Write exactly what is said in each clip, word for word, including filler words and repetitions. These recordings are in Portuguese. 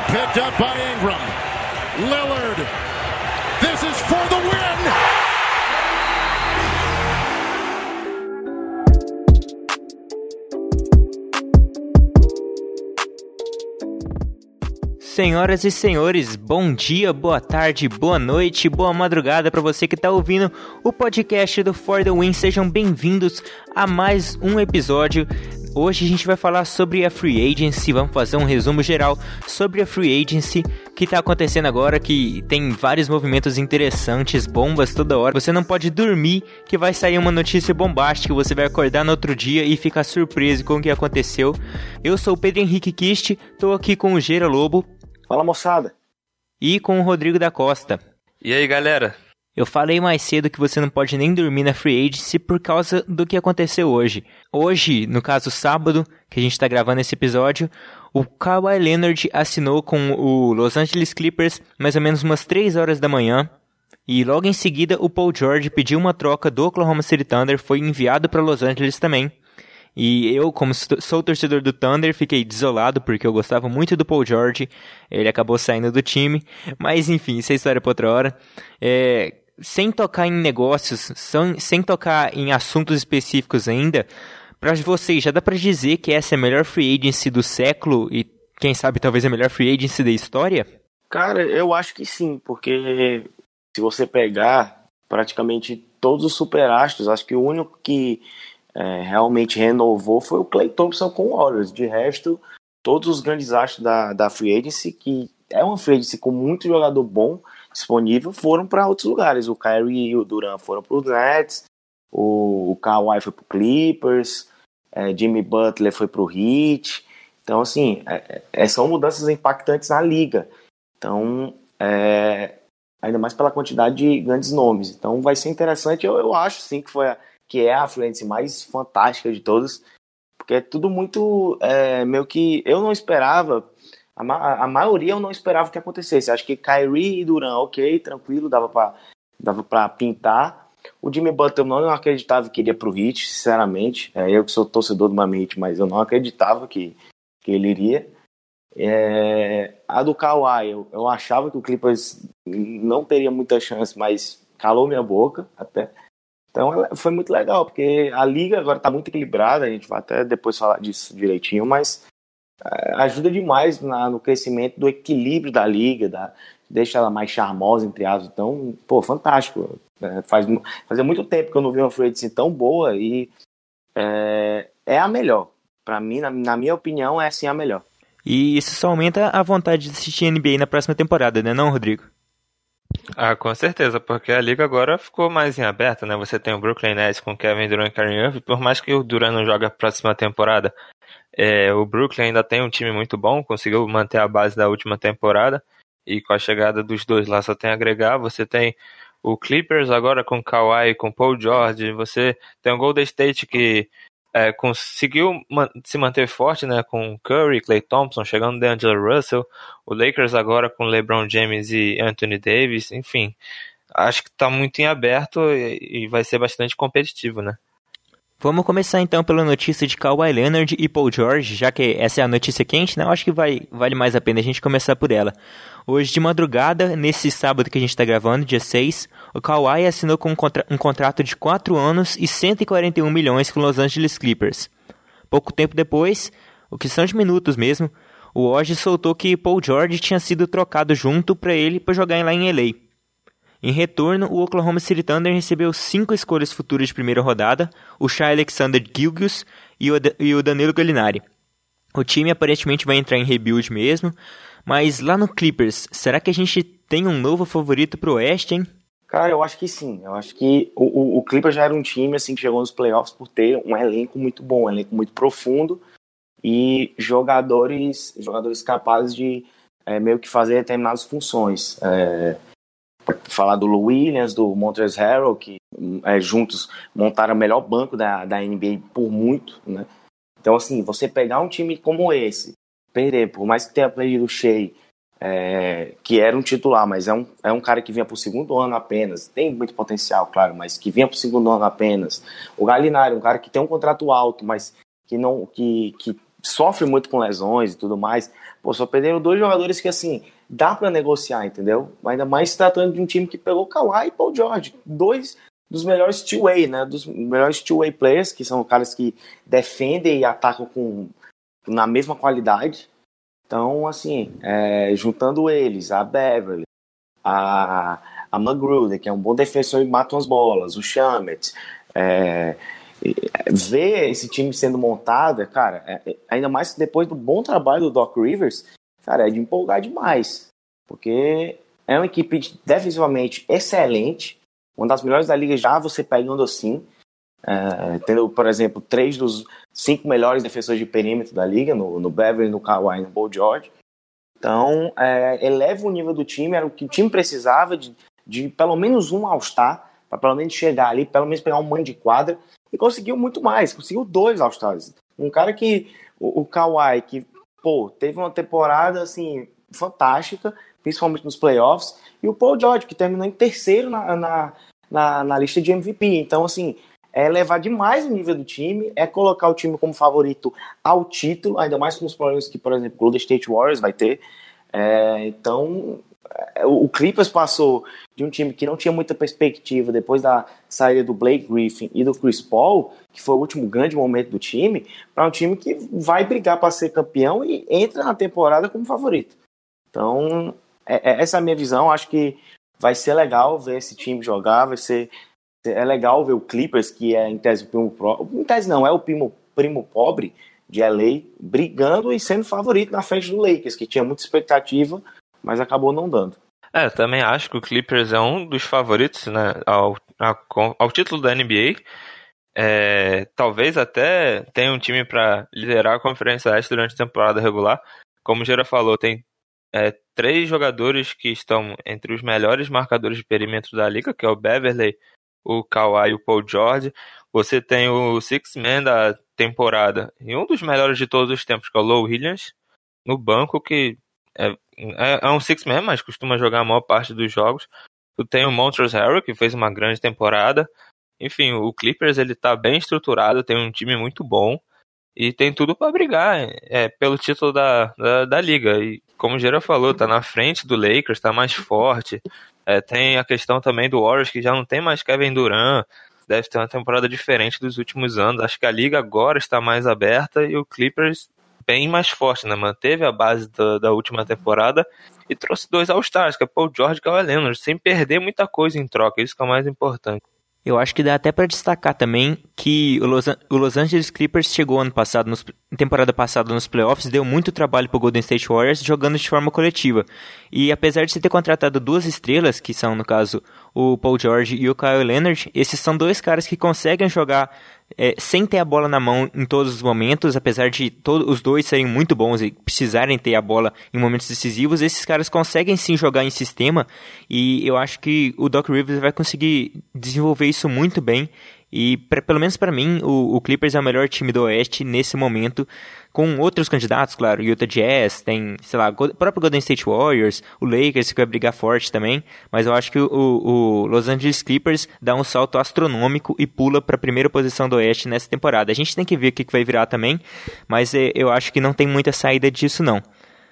Picked up by Ingram. Lillard. This is for the win. Senhoras e senhores, bom dia, boa tarde, boa noite, boa madrugada para você que está ouvindo o podcast do For The Win. Sejam bem-vindos a mais um episódio. Hoje a gente vai falar sobre a Free Agency, vamos fazer um resumo geral sobre a Free Agency que está acontecendo agora, que tem vários movimentos interessantes, bombas toda hora. Você não pode dormir que vai sair uma notícia bombástica, você vai acordar no outro dia e ficar surpreso com o que aconteceu. Eu sou o Pedro Henrique Kist, estou aqui com o Gera Lobo. Fala, moçada. E com o Rodrigo da Costa. E aí, galera? Eu falei mais cedo que você não pode nem dormir na Free Agency por causa do que aconteceu hoje. Hoje, no caso sábado, que a gente está gravando esse episódio, o Kawhi Leonard assinou com o Los Angeles Clippers mais ou menos umas três horas da manhã. E logo em seguida, o Paul George pediu uma troca do Oklahoma City Thunder, foi enviado para Los Angeles também. E eu, como sou torcedor do Thunder, fiquei desolado porque eu gostava muito do Paul George. Ele acabou saindo do time. Mas enfim, isso é história para outra hora. É, sem tocar em negócios, sem, sem tocar em assuntos específicos ainda, para vocês, já dá para dizer que essa é a melhor free agency do século e quem sabe talvez a melhor free agency da história? Cara, eu acho que sim, porque se você pegar praticamente todos os superastros, acho que o único que É, realmente renovou foi o Klay Thompson com o Warriors. De resto, todos os grandes astros da, da Free Agency, que é uma Free Agency com muito jogador bom disponível, foram para outros lugares. O Kyrie e o Durant foram para os Nets, o, o Kawhi foi para o Clippers, é, Jimmy Butler foi para o Heat. Então, assim, é, é, são mudanças impactantes na liga. Então, é, ainda mais pela quantidade de grandes nomes. Então, vai ser interessante. Eu, eu acho, sim, que foi a que é a free agency mais fantástica de todas, porque é tudo muito, é, meio que, eu não esperava, a, ma- a maioria eu não esperava que acontecesse. Acho que Kyrie e Durant, ok, tranquilo, dava pra, dava pra pintar. O Jimmy Butler eu não acreditava que iria pro Heat, sinceramente, é, eu que sou torcedor do Miami Heat, mas eu não acreditava que, que ele iria. É, a do Kawhi, eu, eu achava que o Clippers não teria muita chance, mas calou minha boca até. Então foi muito legal, porque a liga agora está muito equilibrada, a gente vai até depois falar disso direitinho, mas é, ajuda demais na, no crescimento do equilíbrio da liga, da, deixa ela mais charmosa, entre aspas. Então, pô, fantástico. É, faz, fazia muito tempo que eu não vi uma free agency tão boa e é, é a melhor. Para mim, na, na minha opinião, é sim a melhor. E isso só aumenta a vontade de assistir N B A na próxima temporada, né não, Rodrigo? Ah, com certeza, porque a liga agora ficou mais em aberta, né? Você tem o Brooklyn Nets com Kevin Durant e Kyrie Irving, por mais que o Durant não jogue a próxima temporada, é, o Brooklyn ainda tem um time muito bom, conseguiu manter a base da última temporada, e com a chegada dos dois lá só tem a agregar. Você tem o Clippers agora com Kawhi, com Paul George, você tem o Golden State que é, conseguiu man- se manter forte, né, com Curry, Klay Thompson, chegando D'Angelo Russell, o Lakers agora com LeBron James e Anthony Davis, enfim, acho que está muito em aberto e, e vai ser bastante competitivo, né? Vamos começar então pela notícia de Kawhi Leonard e Paul George, já que essa é a notícia quente, né? Eu acho que vai, vale mais a pena a gente começar por ela. Hoje de madrugada, nesse sábado que a gente está gravando, dia seis, o Kawhi assinou com um, contra- um contrato de quatro anos e cento e quarenta e um milhões com os Los Angeles Clippers. Pouco tempo depois, o que são de minutos mesmo, o Woj soltou que Paul George tinha sido trocado junto para ele para jogar lá em L A. Em retorno, o Oklahoma City Thunder recebeu cinco escolhas futuras de primeira rodada, o Shai Alexander-Gilgeous e o, D- e o Danilo Gallinari. O time aparentemente vai entrar em rebuild mesmo, mas lá no Clippers, será que a gente tem um novo favorito pro Oeste, hein? Cara, eu acho que sim. Eu acho que o, o, o Clippers já era um time assim, que chegou nos playoffs por ter um elenco muito bom, um elenco muito profundo e jogadores, jogadores capazes de é, meio que fazer determinadas funções. É, falar do Lou Williams, do Montrezl Harrell, que é, juntos montaram o melhor banco da, da N B A por muito, né? Então, assim, você pegar um time como esse, perder, por mais que tenha perdido o Shai, é, que era um titular, mas é um, é um cara que vinha pro segundo ano apenas, tem muito potencial, claro, mas que vinha pro segundo ano apenas. O Gallinari, um cara que tem um contrato alto, mas que, não, que, que sofre muito com lesões e tudo mais. Pô, só perderam dois jogadores que, assim, dá pra negociar, entendeu? Ainda mais se tratando de um time que pegou Kawhi e Paul George, dois dos melhores two-way, né? Dos melhores two-way players, que são caras que defendem e atacam com, na mesma qualidade. Então, assim, é, juntando eles, a Beverly, a, a Magruder, que é um bom defensor e mata umas bolas, o Shamet, é, ver esse time sendo montado, cara, é, ainda mais depois do bom trabalho do Doc Rivers, cara, é de empolgar demais, porque é uma equipe defensivamente excelente, uma das melhores da liga já você pegando assim, é, tendo, por exemplo, três dos cinco melhores defensores de perímetro da liga, no, no Beverly, no Kawhi e no Paul George. Então, é, eleva o nível do time, era o que o time precisava de, de pelo menos um All-Star, para pelo menos chegar ali, pelo menos pegar um mano de quadra, e conseguiu muito mais, conseguiu dois All-Stars. Um cara que, o, o Kawhi, que, pô, teve uma temporada, assim, fantástica, principalmente nos playoffs, e o Paul George, que terminou em terceiro na, na, na, na lista de M V P. Então, assim, é elevar demais o nível do time, é colocar o time como favorito ao título, ainda mais com os problemas que, por exemplo, o Golden State Warriors vai ter. É, então, o Clippers passou de um time que não tinha muita perspectiva depois da saída do Blake Griffin e do Chris Paul, que foi o último grande momento do time, para um time que vai brigar para ser campeão e entra na temporada como favorito. Então, é, é, essa é a minha visão. Acho que vai ser legal ver esse time jogar, vai ser é legal ver o Clippers, que é em tese o primo pobre, em tese não, é o primo, primo pobre de L A, brigando e sendo favorito na frente do Lakers, que tinha muita expectativa, mas acabou não dando. É, eu também acho que o Clippers é um dos favoritos, né, ao, ao, ao título da N B A. É, talvez até tenha um time para liderar a Conferência Leste durante a temporada regular. Como o Gera falou, tem é, três jogadores que estão entre os melhores marcadores de perímetro da liga, que é o Beverly, o Kawhi e o Paul George. Você tem o Six Man da temporada e um dos melhores de todos os tempos, que é o Lou Williams, no banco, que é, é, é um Six Man, mas costuma jogar a maior parte dos jogos. Tu tem o Montrezl Harrell, que fez uma grande temporada. Enfim, o Clippers ele tá bem estruturado, tem um time muito bom e tem tudo para brigar é, pelo título da, da, da liga. E como o Gera falou, tá na frente do Lakers, tá mais forte. É, tem a questão também do Warriors, que já não tem mais Kevin Durant, deve ter uma temporada diferente dos últimos anos. Acho que a liga agora está mais aberta e o Clippers bem mais forte, né? Manteve a base da, da última temporada e trouxe dois All-Stars, que é Paul George e Kawhi Leonard, sem perder muita coisa em troca, isso que é o mais importante. Eu acho que dá até para destacar também que o Los, o Los Angeles Clippers chegou ano passado, nos, temporada passada nos playoffs, deu muito trabalho para o Golden State Warriors jogando de forma coletiva. E apesar de você ter contratado duas estrelas, que são no caso o Paul George e o Kawhi Leonard, esses são dois caras que conseguem jogar é, sem ter a bola na mão em todos os momentos, apesar de todos os dois serem muito bons e precisarem ter a bola em momentos decisivos, esses caras conseguem sim jogar em sistema, e eu acho que o Doc Rivers vai conseguir desenvolver isso muito bem. E pra, pelo menos para mim o, o Clippers é o melhor time do Oeste nesse momento, com outros candidatos, claro, Utah Jazz, tem, sei lá, o próprio Golden State Warriors, o Lakers que vai brigar forte também, mas eu acho que o, o Los Angeles Clippers dá um salto astronômico e pula para a primeira posição do Oeste nessa temporada. A gente tem que ver o que, que vai virar também, mas é, eu acho que não tem muita saída disso não.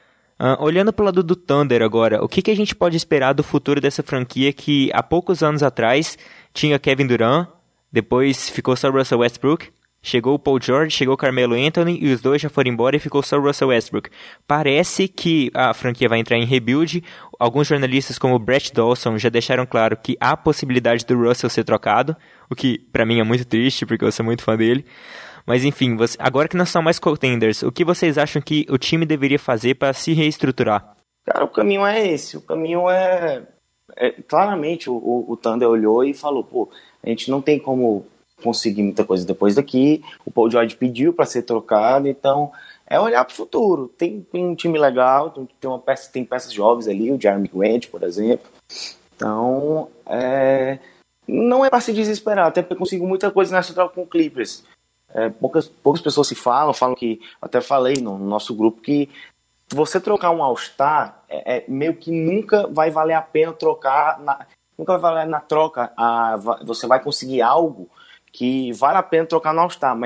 Uh, olhando para o lado do Thunder agora, o que, que a gente pode esperar do futuro dessa franquia que há poucos anos atrás tinha Kevin Durant, depois ficou só Russell Westbrook, chegou o Paul George, chegou o Carmelo Anthony e os dois já foram embora e ficou só o Russell Westbrook. Parece que a franquia vai entrar em rebuild. Alguns jornalistas como o Brett Dawson já deixaram claro que há possibilidade do Russell ser trocado, o que para mim é muito triste porque eu sou muito fã dele. Mas enfim, você, agora que não são mais contenders, o que vocês acham que o time deveria fazer para se reestruturar? Cara, o caminho é esse. O caminho é... é claramente o, o, o Thunder olhou e falou, pô, a gente não tem como conseguir muita coisa depois daqui. O Paul George pediu para ser trocado, então é olhar para o futuro. Tem, tem um time legal, tem, tem, uma peça, tem peças jovens ali, o Jeremy Grant, por exemplo. Então, é, não é para se desesperar, até porque eu consigo muita coisa nessa troca com o Clippers. É, poucas, poucas pessoas se falam, falam que, até falei no, no nosso grupo, que você trocar um All-Star é, é meio que nunca vai valer a pena trocar, na, nunca vai valer na troca, a, você vai conseguir algo que vale a pena trocar no All-Star, mas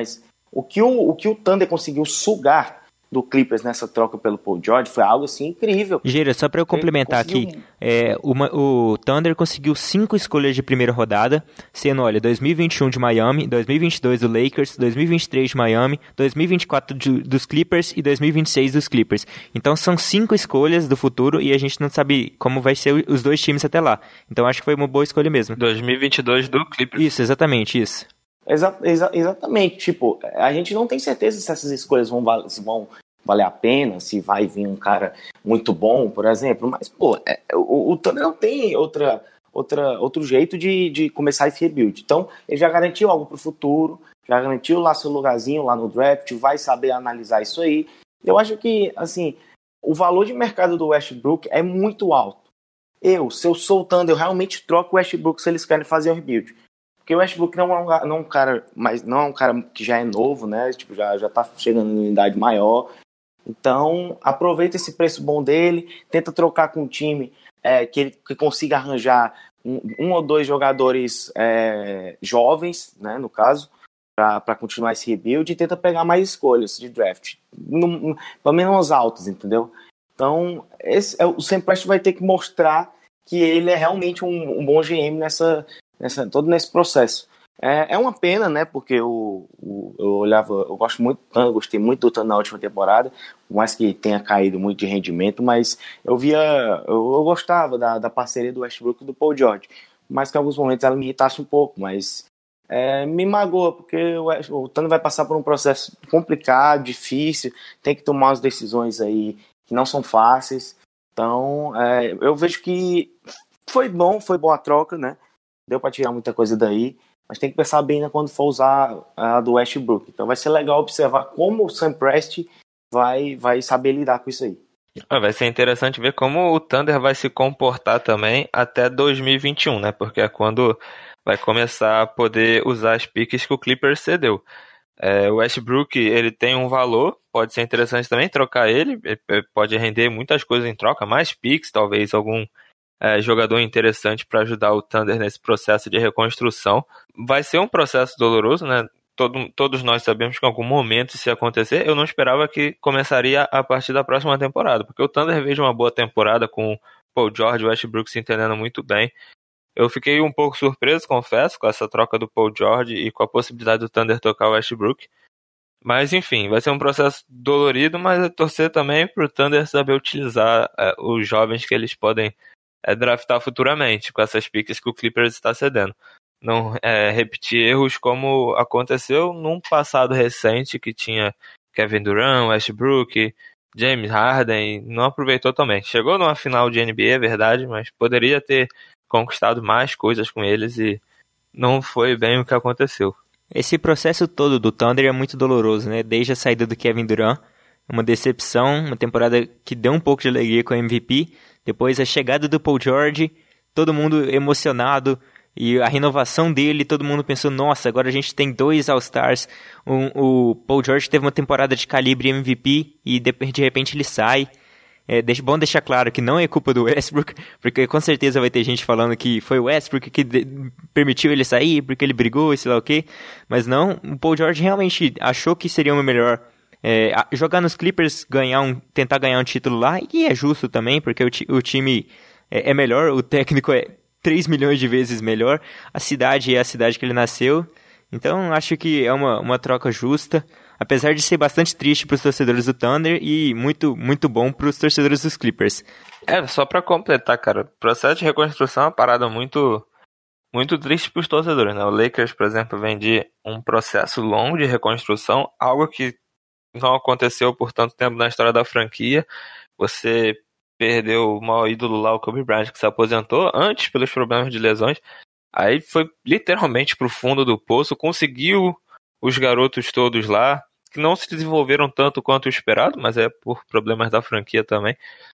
O que o, o que o Thunder conseguiu sugar do Clippers nessa troca pelo Paul George foi algo assim incrível. Gira, só para eu complementar conseguiu... aqui, é, uma, o Thunder conseguiu cinco escolhas de primeira rodada, sendo, olha, dois mil e vinte e um de Miami, dois mil e vinte e dois do Lakers, dois mil e vinte e três de Miami, dois mil e vinte e quatro de, dos Clippers e dois mil e vinte e seis dos Clippers. Então são cinco escolhas do futuro e a gente não sabe como vai ser os dois times até lá. Então acho que foi uma boa escolha mesmo. dois mil e vinte e dois do Clippers. Isso, exatamente, isso. Exa- exa- exatamente, tipo, a gente não tem certeza se essas escolhas vão, val- se vão valer a pena, se vai vir um cara muito bom, por exemplo, mas, pô, é, o, o Thunder não tem outra, outra, outro jeito de, de começar esse rebuild, então ele já garantiu algo pro futuro, já garantiu lá seu lugarzinho lá no draft, vai saber analisar isso aí. Eu acho que, assim, o valor de mercado do Westbrook é muito alto. Eu, se eu sou o Thunder, eu realmente troco o Westbrook se eles querem fazer o rebuild. Porque o Westbrook não é um, não é um cara, mas não é um cara que já é novo, né? Tipo, já, já tá chegando em idade maior. Então, aproveita esse preço bom dele, tenta trocar com um time é, que ele que consiga arranjar um, um ou dois jogadores é, jovens, né? No caso, para continuar esse rebuild, e tenta pegar mais escolhas de draft, no, pelo menos altas, entendeu? Então, esse, é, o Sam Presti vai ter que mostrar que ele é realmente um, um bom G M nessa Nessa, todo nesse processo. É, é uma pena, né? Porque eu, eu, eu olhava, eu gosto muito, eu gostei muito do Thunder na última temporada, por mais que tenha caído muito de rendimento, mas eu via, eu, eu gostava da, da parceria do Westbrook e do Paul George, mas que em alguns momentos ela me irritasse um pouco, mas é, me magoa, porque o, o Thunder vai passar por um processo complicado, difícil, tem que tomar umas decisões aí que não são fáceis. Então, é, eu vejo que foi bom, foi boa a troca, né? Deu para tirar muita coisa daí, mas tem que pensar bem, né, quando for usar a do Westbrook. Então vai ser legal observar como o Sam Presti vai, vai saber lidar com isso aí. Vai ser interessante ver como o Thunder vai se comportar também até dois mil e vinte e um, né? Porque é quando vai começar a poder usar as piques que o Clippers cedeu. É, o Westbrook, ele tem um valor, pode ser interessante também trocar ele, pode render muitas coisas em troca, mais piques, talvez algum É, jogador interessante para ajudar o Thunder nesse processo de reconstrução. Vai ser um processo doloroso, né? Todo, todos nós sabemos que em algum momento isso ia acontecer. Eu não esperava que começaria a partir da próxima temporada, porque o Thunder veio de uma boa temporada com o Paul George e o Westbrook se entendendo muito bem. Eu fiquei um pouco surpreso, confesso, com essa troca do Paul George e com a possibilidade do Thunder tocar o Westbrook. Mas, enfim, vai ser um processo dolorido, mas é torcer também para o Thunder saber utilizar é, os jovens que eles podem é draftar futuramente com essas piques que o Clippers está cedendo. Não é, repetir erros como aconteceu num passado recente que tinha Kevin Durant, Westbrook, James Harden, não aproveitou também. Chegou numa final de N B A, é verdade, mas poderia ter conquistado mais coisas com eles e não foi bem o que aconteceu. Esse processo todo do Thunder é muito doloroso, né? Desde a saída do Kevin Durant, uma decepção, uma temporada que deu um pouco de alegria com o M V P. Depois a chegada do Paul George, todo mundo emocionado, e a renovação dele, todo mundo pensou, nossa, agora a gente tem dois All-Stars. O, o Paul George teve uma temporada de calibre M V P e de, de repente ele sai. É deixa, bom deixar claro que não é culpa do Westbrook, porque com certeza vai ter gente falando que foi o Westbrook que de, permitiu ele sair, porque ele brigou e sei lá o quê. Mas não, o Paul George realmente achou que seria uma melhor... É, jogar nos Clippers, ganhar um, tentar ganhar um título lá, e é justo também, porque o, ti, o time é, é melhor, o técnico é três milhões de vezes melhor, a cidade é a cidade que ele nasceu, então acho que é uma, uma troca justa, apesar de ser bastante triste para os torcedores do Thunder e muito, muito bom para os torcedores dos Clippers. É, só para completar, cara, o processo de reconstrução é uma parada muito, muito triste para os torcedores, né? O Lakers, por exemplo, vem de um processo longo de reconstrução, algo que não aconteceu por tanto tempo na história da franquia. Você perdeu o maior ídolo lá, o Kobe Bryant, que se aposentou antes pelos problemas de lesões. Aí foi literalmente pro fundo do poço, conseguiu os garotos todos lá, que não se desenvolveram tanto quanto o esperado, mas é por problemas da franquia também.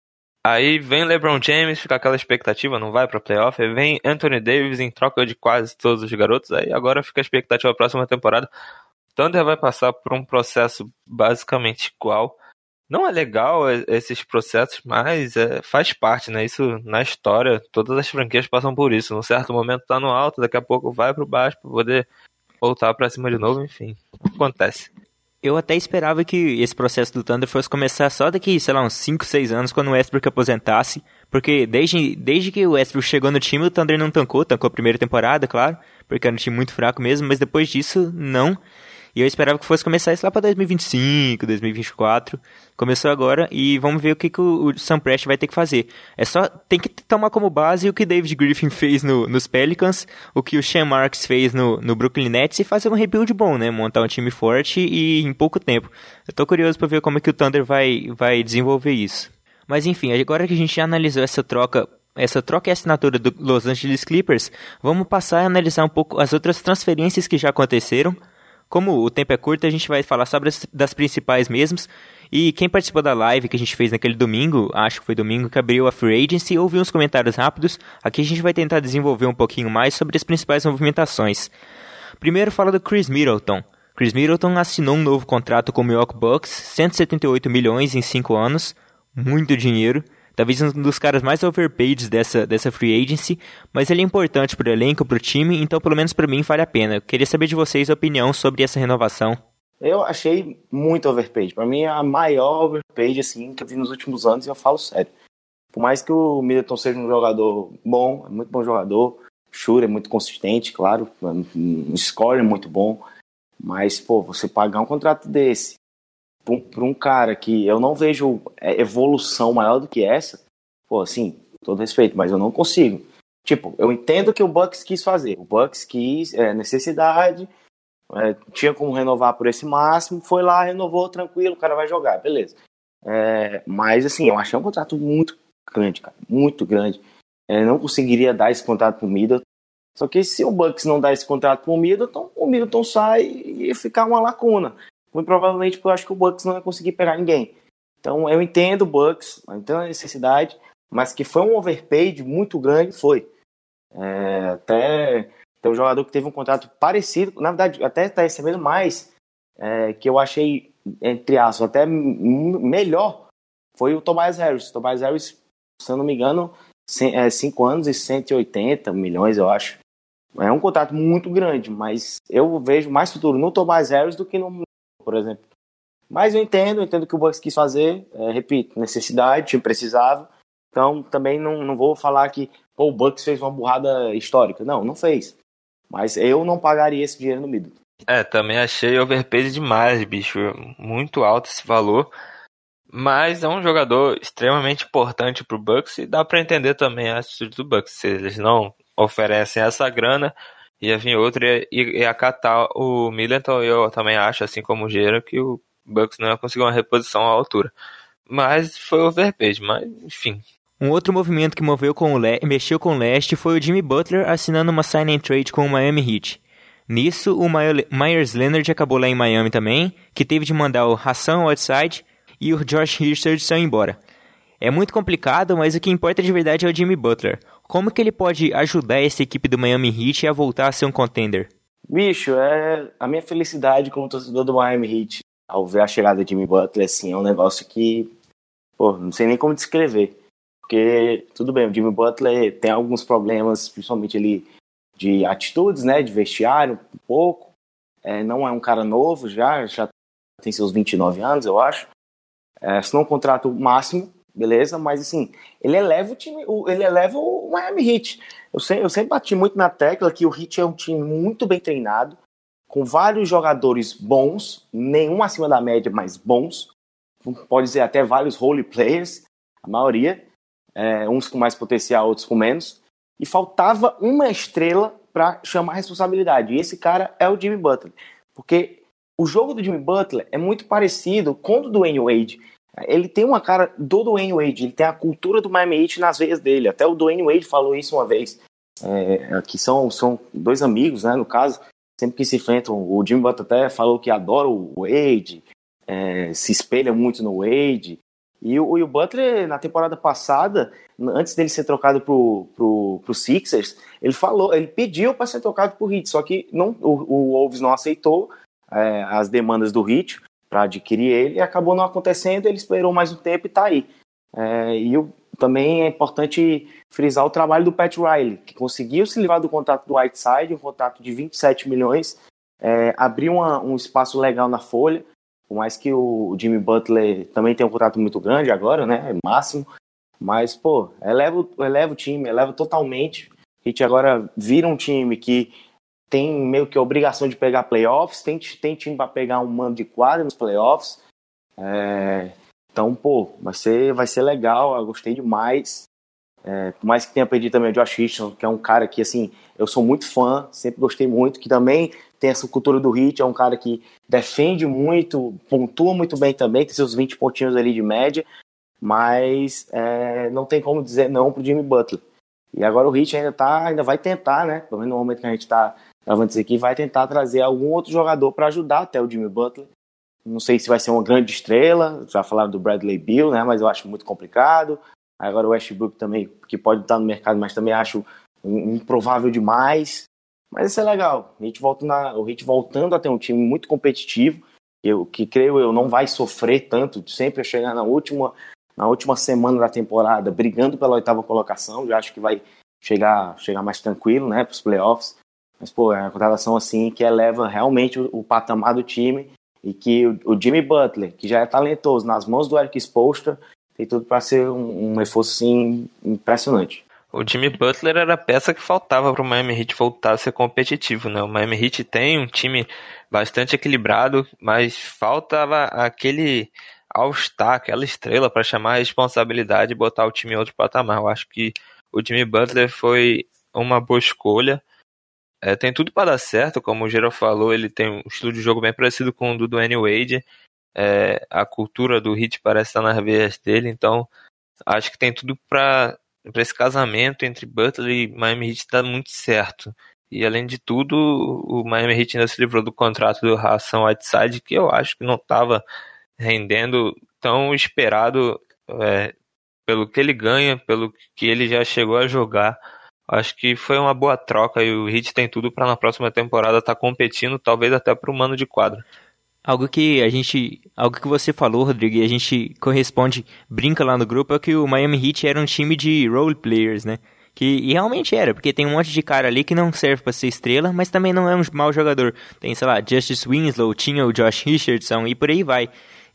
Aí vem LeBron James, fica aquela expectativa, não vai pra playoff. Aí vem Anthony Davis em troca de quase todos os garotos. Aí agora fica a expectativa da próxima temporada. Thunder vai passar por um processo basicamente igual. Não é legal esses processos, mas é, faz parte, né? Isso na história, todas as franquias passam por isso. Num certo momento tá no alto, daqui a pouco vai pro baixo para poder voltar para cima de novo, enfim, acontece. Eu até esperava que esse processo do Thunder fosse começar só daqui, sei lá, uns cinco, seis anos, quando o Westbrook aposentasse. Porque desde, desde que o Westbrook chegou no time, o Thunder não tancou. Tancou a primeira temporada, claro, porque era um time muito fraco mesmo. Mas depois disso, não. E eu esperava que fosse começar isso lá para dois mil e vinte e cinco, dois mil e vinte e quatro. Começou agora e vamos ver o que, que o, o Sam Presti vai ter que fazer. É só, tem que tomar como base o que David Griffin fez no, nos Pelicans, o que o Sean Marks fez no, no Brooklyn Nets e fazer um rebuild bom, né? Montar um time forte e em pouco tempo. Eu tô curioso para ver como é que o Thunder vai, vai desenvolver isso. Mas enfim, agora que a gente já analisou essa troca, essa troca e assinatura do Los Angeles Clippers, vamos passar a analisar um pouco as outras transferências que já aconteceram. Como o tempo é curto, a gente vai falar sobre as das principais mesmos. E quem participou da live que a gente fez naquele domingo, acho que foi domingo, que abriu a Free Agency, ouviu uns comentários rápidos. Aqui a gente vai tentar desenvolver um pouquinho mais sobre as principais movimentações. Primeiro fala do Chris Middleton. Chris Middleton assinou um novo contrato com o Milwaukee Bucks, cento e setenta e oito milhões em cinco anos. Muito dinheiro. Talvez um dos caras mais overpaid dessa, dessa free agency, mas ele é importante pro elenco, pro time, então pelo menos pra mim vale a pena. Eu queria saber de vocês a opinião sobre essa renovação. Eu achei muito overpaid. Pra mim é a maior overpaid assim, que eu vi nos últimos anos e eu falo sério. Por mais que o Middleton seja um jogador bom, é muito bom jogador, shooter é muito consistente, claro, um score é muito bom, mas pô, você pagar um contrato desse para um cara que eu não vejo evolução maior do que essa, pô, assim, todo respeito, mas eu não consigo. Tipo, eu entendo que o Bucks quis fazer. O Bucks quis, é, necessidade, é, tinha como renovar por esse máximo, foi lá, renovou, tranquilo, o cara vai jogar, beleza. É, mas, assim, eu achei um contrato muito grande, cara, muito grande. É, não conseguiria dar esse contrato pro Middleton. Só que se o Bucks não dá esse contrato pro Middleton, o Middleton sai e ficar uma lacuna. Muito provavelmente porque eu acho que o Bucks não vai conseguir pegar ninguém. Então eu entendo o Bucks, eu entendo a necessidade, mas que foi um overpaid muito grande, foi. É, até tem um jogador que teve um contrato parecido, na verdade até está recebendo mais, é, que eu achei, entre aspas, até m- melhor, foi o Tobias Harris. O Tobias Harris, se eu não me engano, cinco anos e cento e oitenta milhões, eu acho. É um contrato muito grande, mas eu vejo mais futuro no Tobias Harris do que no, por exemplo. Mas eu entendo, eu entendo o que o Bucks quis fazer, é, repito, necessidade, time precisava, então também não, não vou falar que pô, o Bucks fez uma burrada histórica, não, não fez, mas eu não pagaria esse dinheiro no Middleton. É, também achei overpaid demais, bicho, muito alto esse valor, mas é um jogador extremamente importante pro Bucks e dá pra entender também a atitude do Bucks, se eles não oferecem essa grana, ia vir outro e ia acatar o Middleton. Eu também acho, assim como o Gera, que o Bucks não ia conseguir uma reposição à altura. Mas foi overpaid, mas enfim. Um outro movimento que moveu com o Le- mexeu com o leste foi o Jimmy Butler assinando uma sign and trade com o Miami Heat. Nisso, o Myers Leonard acabou lá em Miami também, que teve de mandar o Hassan Whiteside e o Josh Richardson embora. É muito complicado, mas o que importa de verdade é o Jimmy Butler. Como que ele pode ajudar essa equipe do Miami Heat a voltar a ser um contender? Bicho, é a minha felicidade como torcedor do Miami Heat ao ver a chegada de Jimmy Butler, assim, é um negócio que, pô, não sei nem como descrever. Porque, tudo bem, o Jimmy Butler tem alguns problemas, principalmente ele de atitudes, né, de vestiário, um pouco. É, não é um cara novo já, já tem seus vinte e nove anos, eu acho. É, se não um contrato máximo, beleza, mas assim, ele eleva o time, ele eleva o Miami Heat. Eu sempre, eu sempre bati muito na tecla que o Heat é um time muito bem treinado, com vários jogadores bons, nenhum acima da média, mas bons. Pode dizer até vários role players, a maioria, é, uns com mais potencial, outros com menos. E faltava uma estrela para chamar a responsabilidade. E esse cara é o Jimmy Butler. Porque o jogo do Jimmy Butler é muito parecido com o do Dwayne Wade. Ele tem uma cara do Dwayne Wade, ele tem a cultura do Miami Heat nas veias dele. Até o Dwayne Wade falou isso uma vez, é, que são, são dois amigos, né, no caso, sempre que se enfrentam. O Jimmy Butler até falou que adora o Wade, é, se espelha muito no Wade. E o, e o Butler, na temporada passada, antes dele ser trocado pro, pro, pro Sixers, ele falou, ele pediu para ser trocado pro Heat, só que não, o, o Wolves não aceitou é, as demandas do Heat para adquirir ele, e acabou não acontecendo, ele esperou mais um tempo e tá aí. É, e eu, também é importante frisar o trabalho do Pat Riley, que conseguiu se livrar do contrato do Whiteside, um contrato de vinte e sete milhões, é, abriu uma, um espaço legal na folha, Por mais que o Jimmy Butler também tenha um contrato muito grande agora, né? É máximo. Mas, pô, eleva, eleva o time, eleva totalmente. A gente agora vira um time que tem meio que a obrigação de pegar playoffs, tem, tem time para pegar um mando de quadra nos playoffs. É, então, pô, vai ser, vai ser legal, eu gostei demais. É, por mais que tenha perdido também o Josh Richardson, que é um cara que, assim, eu sou muito fã, sempre gostei muito, que também tem essa cultura do hit, é um cara que defende muito, pontua muito bem também, tem seus vinte pontinhos ali de média, mas é, não tem como dizer não pro Jimmy Butler. E agora o Heat ainda, tá, ainda vai tentar, né, pelo menos no momento que a gente tá gravando isso aqui, vai tentar trazer algum outro jogador para ajudar até o Jimmy Butler. Não sei se vai ser uma grande estrela, já falaram do Bradley Beal, né, mas eu acho muito complicado. Agora o Westbrook também, que pode estar no mercado, mas também acho improvável demais. Mas isso é legal. O Heat, volta na, o Heat voltando a ter um time muito competitivo, eu, que creio eu não vai sofrer tanto, sempre a chegar na última, na última semana da temporada, brigando pela oitava colocação. Já acho que vai chegar, chegar mais tranquilo, né, para os playoffs. Mas, pô, é uma contratação assim que eleva realmente o, o patamar do time e que o, o Jimmy Butler, que já é talentoso, nas mãos do Eric Spoelstra, tem tudo para ser um, um reforço assim, impressionante. O Jimmy Butler era a peça que faltava para o Miami Heat voltar a ser competitivo, né? O Miami Heat tem um time bastante equilibrado, mas faltava aquele all-star, aquela estrela para chamar a responsabilidade e botar o time em outro patamar. Eu acho que o Jimmy Butler foi uma boa escolha. É, tem tudo para dar certo, como o Gero falou, ele tem um estilo de jogo bem parecido com o do Dwayne Wade. É, a cultura do Heat parece estar nas veias dele, então acho que tem tudo para esse casamento entre Butler e Miami Heat dar muito certo. E além de tudo, o Miami Heat ainda se livrou do contrato do Hassan Whiteside, que eu acho que não estava rendendo tão esperado é, pelo que ele ganha, pelo que ele já chegou a jogar. Acho que foi uma boa troca e o Heat tem tudo para na próxima temporada estar competindo, talvez até para o mano de quadra. Algo que a gente, algo que você falou, Rodrigo, e a gente corresponde, brinca lá no grupo, é que o Miami Heat era um time de role players, né? Que e realmente era, porque tem um monte de cara ali que não serve para ser estrela, mas também não é um mau jogador. Tem, sei lá, Justice Winslow, tinha o Josh Richardson e por aí vai.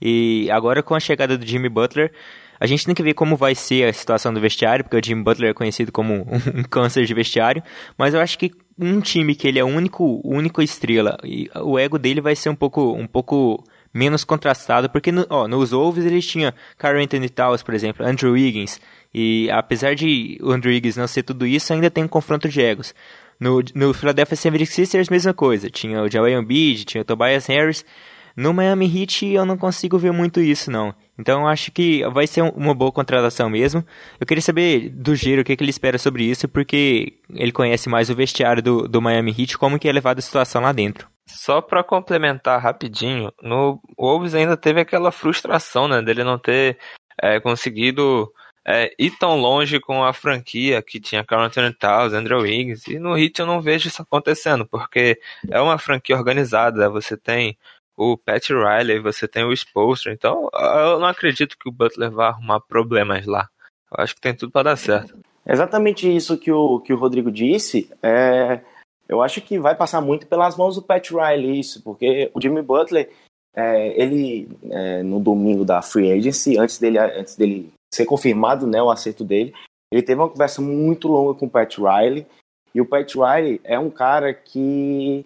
E agora com a chegada do Jimmy Butler, a gente tem que ver como vai ser a situação do vestiário, porque o Jimmy Butler é conhecido como um, um câncer de vestiário, mas eu acho que um time que ele é o único, único estrela, e o ego dele vai ser um pouco, um pouco menos contrastado, porque no, ó, nos Wolves ele tinha Karl Anthony Towns, por exemplo, Andrew Wiggins, e apesar de o Andrew Wiggins não ser tudo isso, ainda tem um confronto de egos. No, no Philadelphia seventy-sixers, mesma coisa, tinha o Joel Embiid, tinha o Tobias Harris. No Miami Heat eu não consigo ver muito isso, não. Então eu acho que vai ser uma boa contratação mesmo. Eu queria saber do Giro o que, que ele espera sobre isso, porque ele conhece mais o vestiário do, do Miami Heat, como que é levado a situação lá dentro. Só para complementar rapidinho, no Wolves ainda teve aquela frustração, né, dele não ter é, conseguido é, ir tão longe com a franquia que tinha Karl Anthony Towns, Andrew Wiggins, e no Heat eu não vejo isso acontecendo, porque é uma franquia organizada, você tem o Pat Riley, você tem o Spoelstra, então eu não acredito que o Butler vá arrumar problemas lá. Eu acho que tem tudo para dar certo. Exatamente isso que o, que o Rodrigo disse, é, eu acho que vai passar muito pelas mãos do Pat Riley isso, porque o Jimmy Butler, é, ele, é, no domingo da Free Agency, antes dele, antes dele ser confirmado, né, o acerto dele, ele teve uma conversa muito longa com o Pat Riley, e o Pat Riley é um cara que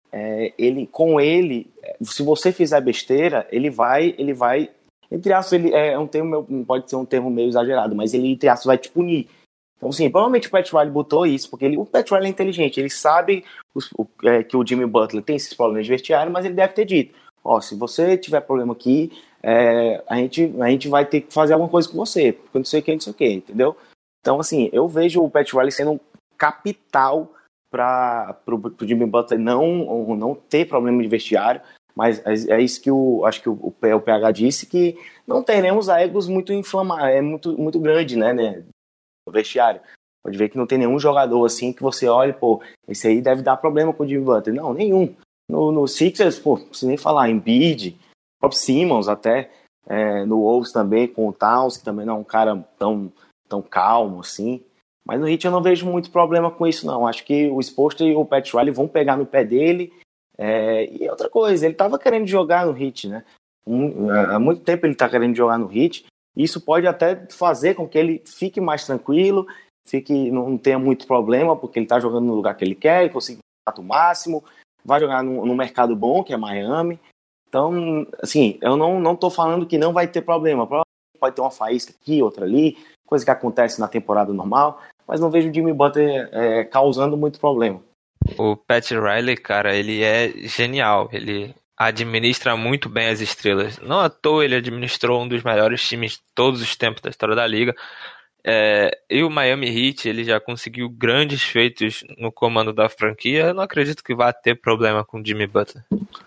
É, ele, com ele, se você fizer besteira, ele vai, ele vai, entre aspas, ele é um termo, pode ser um termo meio exagerado, mas ele, entre aspas, vai te punir. Então, sim, provavelmente o Pat Riley botou isso, porque ele, o Pat Riley é inteligente, ele sabe os, o, é, que o Jimmy Butler tem esses problemas de vestiário, mas ele deve ter dito, ó, se você tiver problema aqui, é, a, gente, a gente vai ter que fazer alguma coisa com você, porque não sei o que, não sei o que, entendeu? Então, assim, eu vejo o Pat Riley sendo um capital para o Jimmy Butler não, não ter problema de vestiário, mas é isso que o, acho que o, o P H disse, que não teremos egos muito inflamados, é muito, muito grande, né, né, no vestiário. Pode ver que não tem nenhum jogador assim que você olhe, pô, esse aí deve dar problema com o Jimmy Butler. Não, nenhum. No, no Sixers, pô, não precisa nem falar, Embiid, o próprio Simmons até, é, no Wolves também, com o Towns, que também não é um cara tão, tão calmo assim. Mas no Heat eu não vejo muito problema com isso, não. Acho que o Spoelstra e o Pat Riley vão pegar no pé dele. É... E outra coisa, ele estava querendo jogar no Heat, né? um, há muito tempo ele está querendo jogar no Heat. Isso pode até fazer com que ele fique mais tranquilo, fique, não tenha muito problema, porque ele está jogando no lugar que ele quer, ele consiga o máximo, vai jogar no, no mercado bom, que é Miami. Então, assim, eu não, não tô falando que não vai ter problema. Provavelmente pode ter uma faísca aqui, outra ali, coisa que acontece na temporada normal, mas não vejo o Jimmy Butler é, causando muito problema. O Pat Riley, cara, ele é genial. Ele administra muito bem as estrelas. Não à toa ele administrou um dos melhores times de todos os tempos da história da liga. É, e o Miami Heat, ele já conseguiu grandes feitos no comando da franquia. Eu não acredito que vá ter problema com o Jimmy Butler.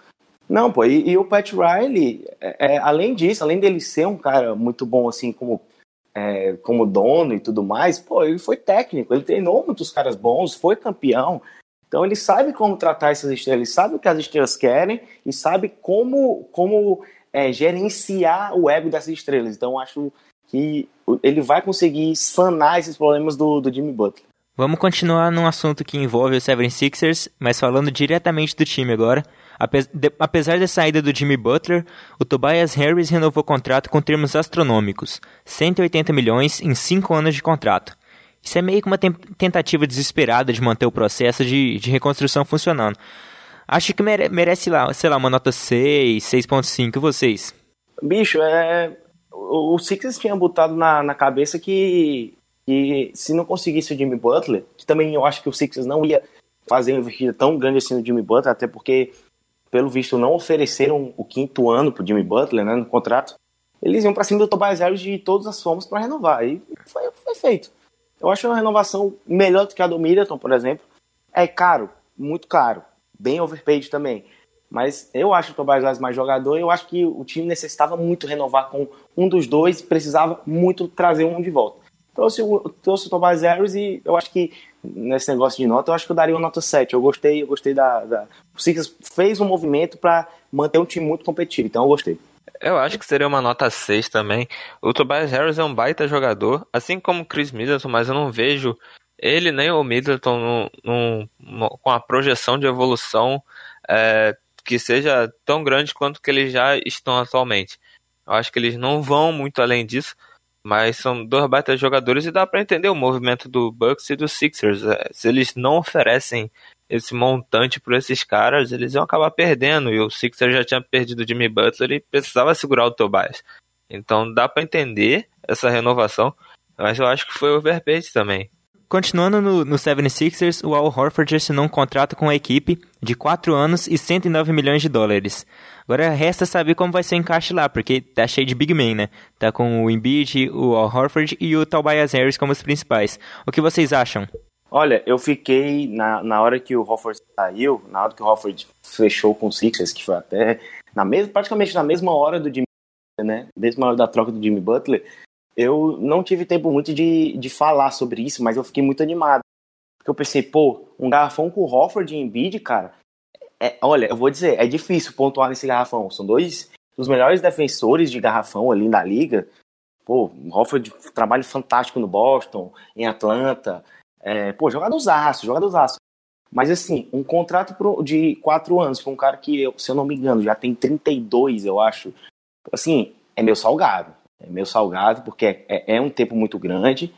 Não, pô, e, e o Pat Riley, é, é, além disso, além dele ser um cara muito bom, assim, como, é, como dono e tudo mais, pô, ele foi técnico, ele treinou muitos caras bons, foi campeão. Então ele sabe como tratar essas estrelas, ele sabe o que as estrelas querem e sabe como, como é, gerenciar o ego dessas estrelas. Então acho que ele vai conseguir sanar esses problemas do, do Jimmy Butler. Vamos continuar num assunto que envolve o seventy-sixers, mas falando diretamente do time agora. Apesar da saída do Jimmy Butler, o Tobias Harris renovou o contrato com termos astronômicos, cento e oitenta milhões em cinco anos de contrato. Isso é meio que uma tentativa desesperada de manter o processo de, de reconstrução funcionando. Acho que mere- merece lá, sei lá, uma nota seis, seis ponto cinco, e vocês? Bicho, é... o Sixers tinha botado na, na cabeça que, que se não conseguisse o Jimmy Butler, que também eu acho que o Sixers não ia fazer uma investida tão grande assim no Jimmy Butler, até porque, pelo visto, não ofereceram o quinto ano pro Jimmy Butler, né, no contrato, eles iam pra cima do Tobias Harris de todas as formas para renovar, e foi, foi feito. Eu acho uma renovação melhor do que a do Middleton, por exemplo. É caro, muito caro, bem overpaid também. Mas eu acho o Tobias Harris mais jogador e eu acho que o time necessitava muito renovar com um dos dois e precisava muito trazer um de volta. Trouxe o, trouxe o Tobias Harris e eu acho que nesse negócio de nota, eu acho que eu daria uma nota sete. Eu gostei, eu gostei da... da... O Sixers fez um movimento para manter um time muito competitivo, então eu gostei. Eu acho que seria uma nota seis também. O Tobias Harris é um baita jogador, assim como o Chris Middleton, mas eu não vejo ele nem o Middleton num, num, com a projeção de evolução é, que seja tão grande quanto que eles já estão atualmente. Eu acho que eles não vão muito além disso, mas são dois baita jogadores e dá para entender o movimento do Bucks e do Sixers. É, se eles não oferecem esse montante para esses caras, eles iam acabar perdendo, e o Sixers já tinha perdido o Jimmy Butler e precisava segurar o Tobias. Então dá para entender essa renovação, mas eu acho que foi overpaid também. Continuando no, no seventy-sixers, o Al Horford assinou um contrato com a equipe de quatro anos e cento e nove milhões de dólares. Agora resta saber como vai ser o encaixe lá, porque tá cheio de big man, né? Tá com o Embiid, o Al Horford e o Tobias Harris como os principais. O que vocês acham? Olha, eu fiquei, na, na hora que o Horford saiu, na hora que o Horford fechou com o Sixers, que foi até na mesma, praticamente na mesma hora do Jimmy Butler, né? Mesma hora da troca do Jimmy Butler, eu não tive tempo muito de, de falar sobre isso, mas eu fiquei muito animado. Porque eu pensei, pô, um garrafão com o Horford e Embiid, cara, é, olha, eu vou dizer, é difícil pontuar nesse garrafão. São dois dos melhores defensores de garrafão ali na liga. Pô, o Horford, trabalho fantástico no Boston, em Atlanta. É, pô, jogadorzaço, jogadorzaço. Mas assim, um contrato pro, de quatro anos para um cara que, eu, se eu não me engano, já tem trinta e dois, eu acho. Assim, é meio salgado. É meio salgado, porque é, é, é um tempo muito grande.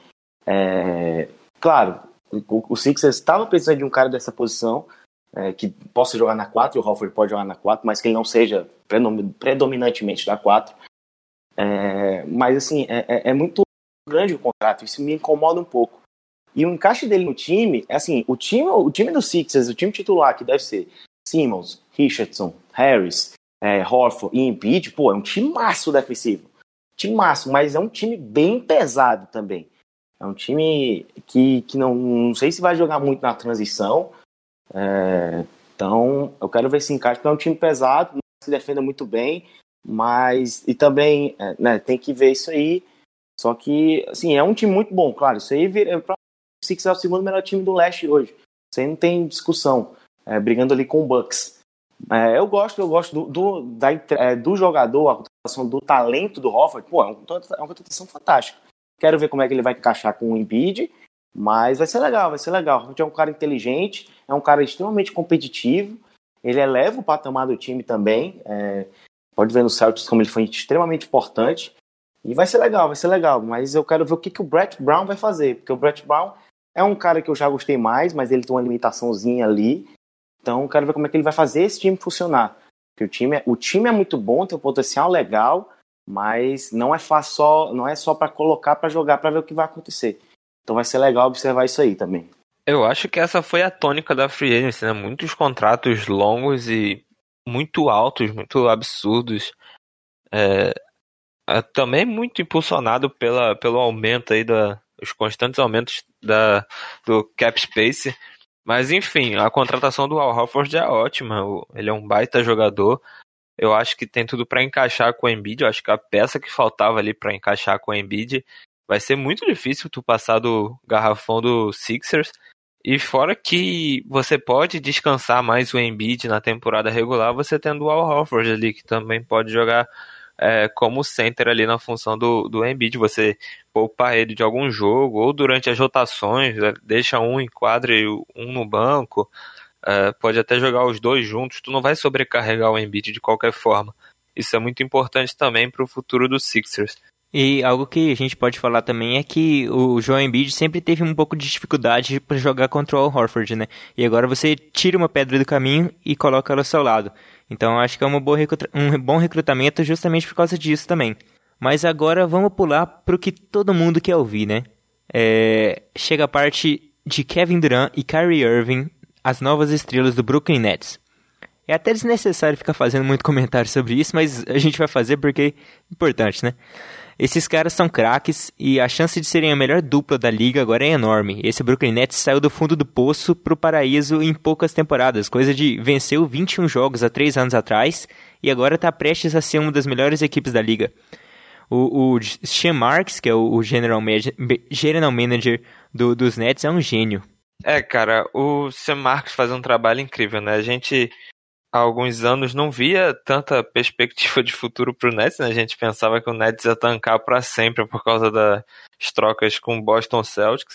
É, claro, o, o Sixers estava precisando de um cara dessa posição, é, que possa jogar na quatro, e o Horford pode jogar na quatro, mas que ele não seja predominantemente da quatro. É, mas assim, é, é, é muito grande o contrato, isso me incomoda um pouco. E o encaixe dele no time, é assim, o time, o time do Sixers, o time titular, que deve ser Simmons, Richardson, Harris, é, Horford e Embiid, pô, é um timaço defensivo. Timaço, mas é um time bem pesado também. É um time que, que não, não sei se vai jogar muito na transição. É, então, eu quero ver se encaixa, porque é um time pesado, não se defenda muito bem, mas, e também, é, né, tem que ver isso aí. Só que, assim, é um time muito bom, claro, isso aí vira, o Sixers é o segundo melhor time do leste hoje. Isso aí não tem discussão. É, brigando ali com o Bucks. É, eu gosto, eu gosto do, do, da, é, do jogador, a contratação do talento do Horford. Pô, é uma, é uma contratação fantástica. Quero ver como é que ele vai encaixar com o Embiid, mas vai ser legal, vai ser legal. O Horford é um cara inteligente, é um cara extremamente competitivo. Ele eleva o patamar do time também. É, Pode ver no Celtics como ele foi extremamente importante. E vai ser legal, vai ser legal. Mas eu quero ver o que, que o Brett Brown vai fazer. Porque o Brett Brown é um cara que eu já gostei mais, mas ele tem uma limitaçãozinha ali. Então eu quero ver como é que ele vai fazer esse time funcionar. Porque o time é, o time é muito bom, tem um potencial legal, mas não é fácil só, não é só para colocar, para jogar, para ver o que vai acontecer. Então vai ser legal observar isso aí também. Eu acho que essa foi a tônica da Free Agency, né? Muitos contratos longos e muito altos, muito absurdos. É, é, também muito impulsionado pela, pelo aumento aí, da, os constantes aumentos da, do cap space. Mas enfim, a contratação do Al Horford é ótima. Ele é um baita jogador. Eu acho que tem tudo para encaixar com o Embiid. Eu acho que a peça que faltava ali para encaixar com o Embiid vai ser muito difícil tu passar do garrafão do Sixers. E fora que você pode descansar mais o Embiid na temporada regular, você tendo o Al Horford ali, que também pode jogar é, como center ali na função do, do Embiid. Você poupa ele de algum jogo, ou durante as rotações, deixa um em quadra e um no banco. É, pode até jogar os dois juntos. Tu não vai sobrecarregar o Embiid de qualquer forma. Isso é muito importante também para o futuro do Sixers. E algo que a gente pode falar também é que o Joel Embiid sempre teve um pouco de dificuldade para jogar contra o Al Horford, né? E agora você tira uma pedra do caminho e coloca ela ao seu lado. Então acho que é uma boa recruta- um bom recrutamento justamente por causa disso também. Mas agora vamos pular para o que todo mundo quer ouvir, né? É... Chega a parte de Kevin Durant e Kyrie Irving, as novas estrelas do Brooklyn Nets. É até desnecessário ficar fazendo muito comentário sobre isso, mas a gente vai fazer porque é importante, né? Esses caras são craques e a chance de serem a melhor dupla da liga agora é enorme. Esse Brooklyn Nets saiu do fundo do poço pro paraíso em poucas temporadas, coisa de venceu vinte e um jogos há três anos atrás e agora está prestes a ser uma das melhores equipes da liga. O, o Sean Marks, que é o, o general, manager, general manager do, dos Nets, é um gênio. É, cara, o Sean Marks faz um trabalho incrível, né? A gente há alguns anos não via tanta perspectiva de futuro pro Nets, né? A gente pensava que o Nets ia tancar para sempre por causa das trocas com o Boston Celtics.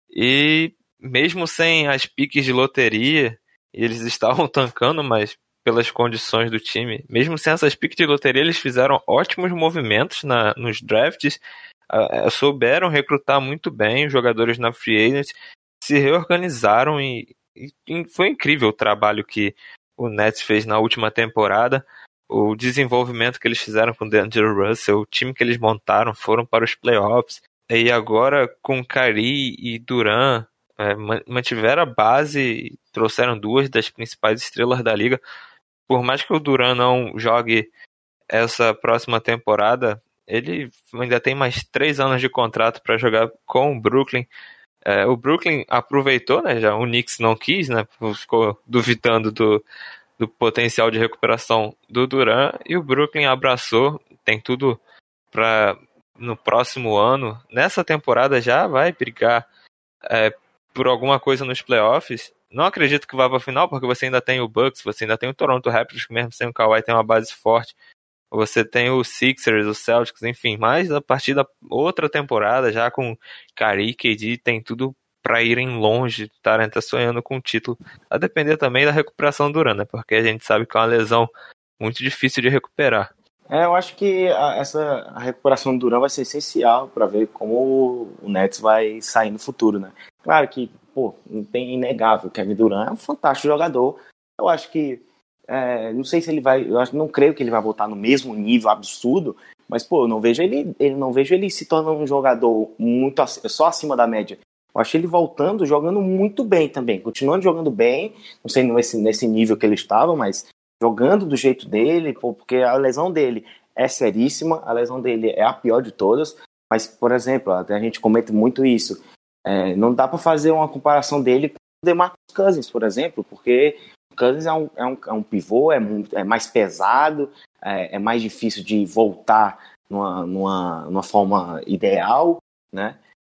E mesmo sem as piques de loteria, eles estavam tancando, mas pelas condições do time, mesmo sem essas piques de loteria, eles fizeram ótimos movimentos na, nos drafts, uh, souberam recrutar muito bem os jogadores na free agency, se reorganizaram e, e, e foi incrível o trabalho que o Nets fez na última temporada, o desenvolvimento que eles fizeram com o DeAngelo Russell, o time que eles montaram, foram para os playoffs, e agora com Kyrie e Durant, é, mantiveram a base e trouxeram duas das principais estrelas da liga. Por mais que o Durant não jogue essa próxima temporada, ele ainda tem mais três anos de contrato para jogar com o Brooklyn. É, o Brooklyn aproveitou, né? Já o Knicks não quis, né? Ficou duvidando do, do potencial de recuperação do Durant e o Brooklyn abraçou. Tem tudo para no próximo ano, nessa temporada já vai brigar é, por alguma coisa nos playoffs. Não acredito que vá para a final, porque você ainda tem o Bucks, você ainda tem o Toronto Raptors, que mesmo sem o Kawhi tem uma base forte. Você tem o Sixers, o Celtics, enfim, mas a partir da outra temporada, já com Kyrie e K D, tem tudo para irem longe, estarem até sonhando com o título. A depender também da recuperação do Durant, né? Porque a gente sabe que é uma lesão muito difícil de recuperar. É, eu acho que a, essa a recuperação do Durant vai ser essencial para ver como o Nets vai sair no futuro, né? Claro que, pô, não tem inegável, o Kevin Durant é um fantástico jogador. Eu acho que É, não sei se ele vai, eu acho, não creio que ele vai voltar no mesmo nível absurdo, mas pô, eu não vejo ele, ele não vejo ele se tornando um jogador muito só acima da média. Eu acho ele voltando, jogando muito bem também, continuando jogando bem, não sei nesse, nesse nível que ele estava, mas jogando do jeito dele, pô, porque a lesão dele é seríssima, a lesão dele é a pior de todas, mas, por exemplo, até a gente comenta muito isso, é, não dá para fazer uma comparação dele com o DeMarcus Cousins, por exemplo, porque o Cousins é um, é um, é um pivô, é, muito, é mais pesado, é, é mais difícil de voltar numa, numa, numa forma ideal, né?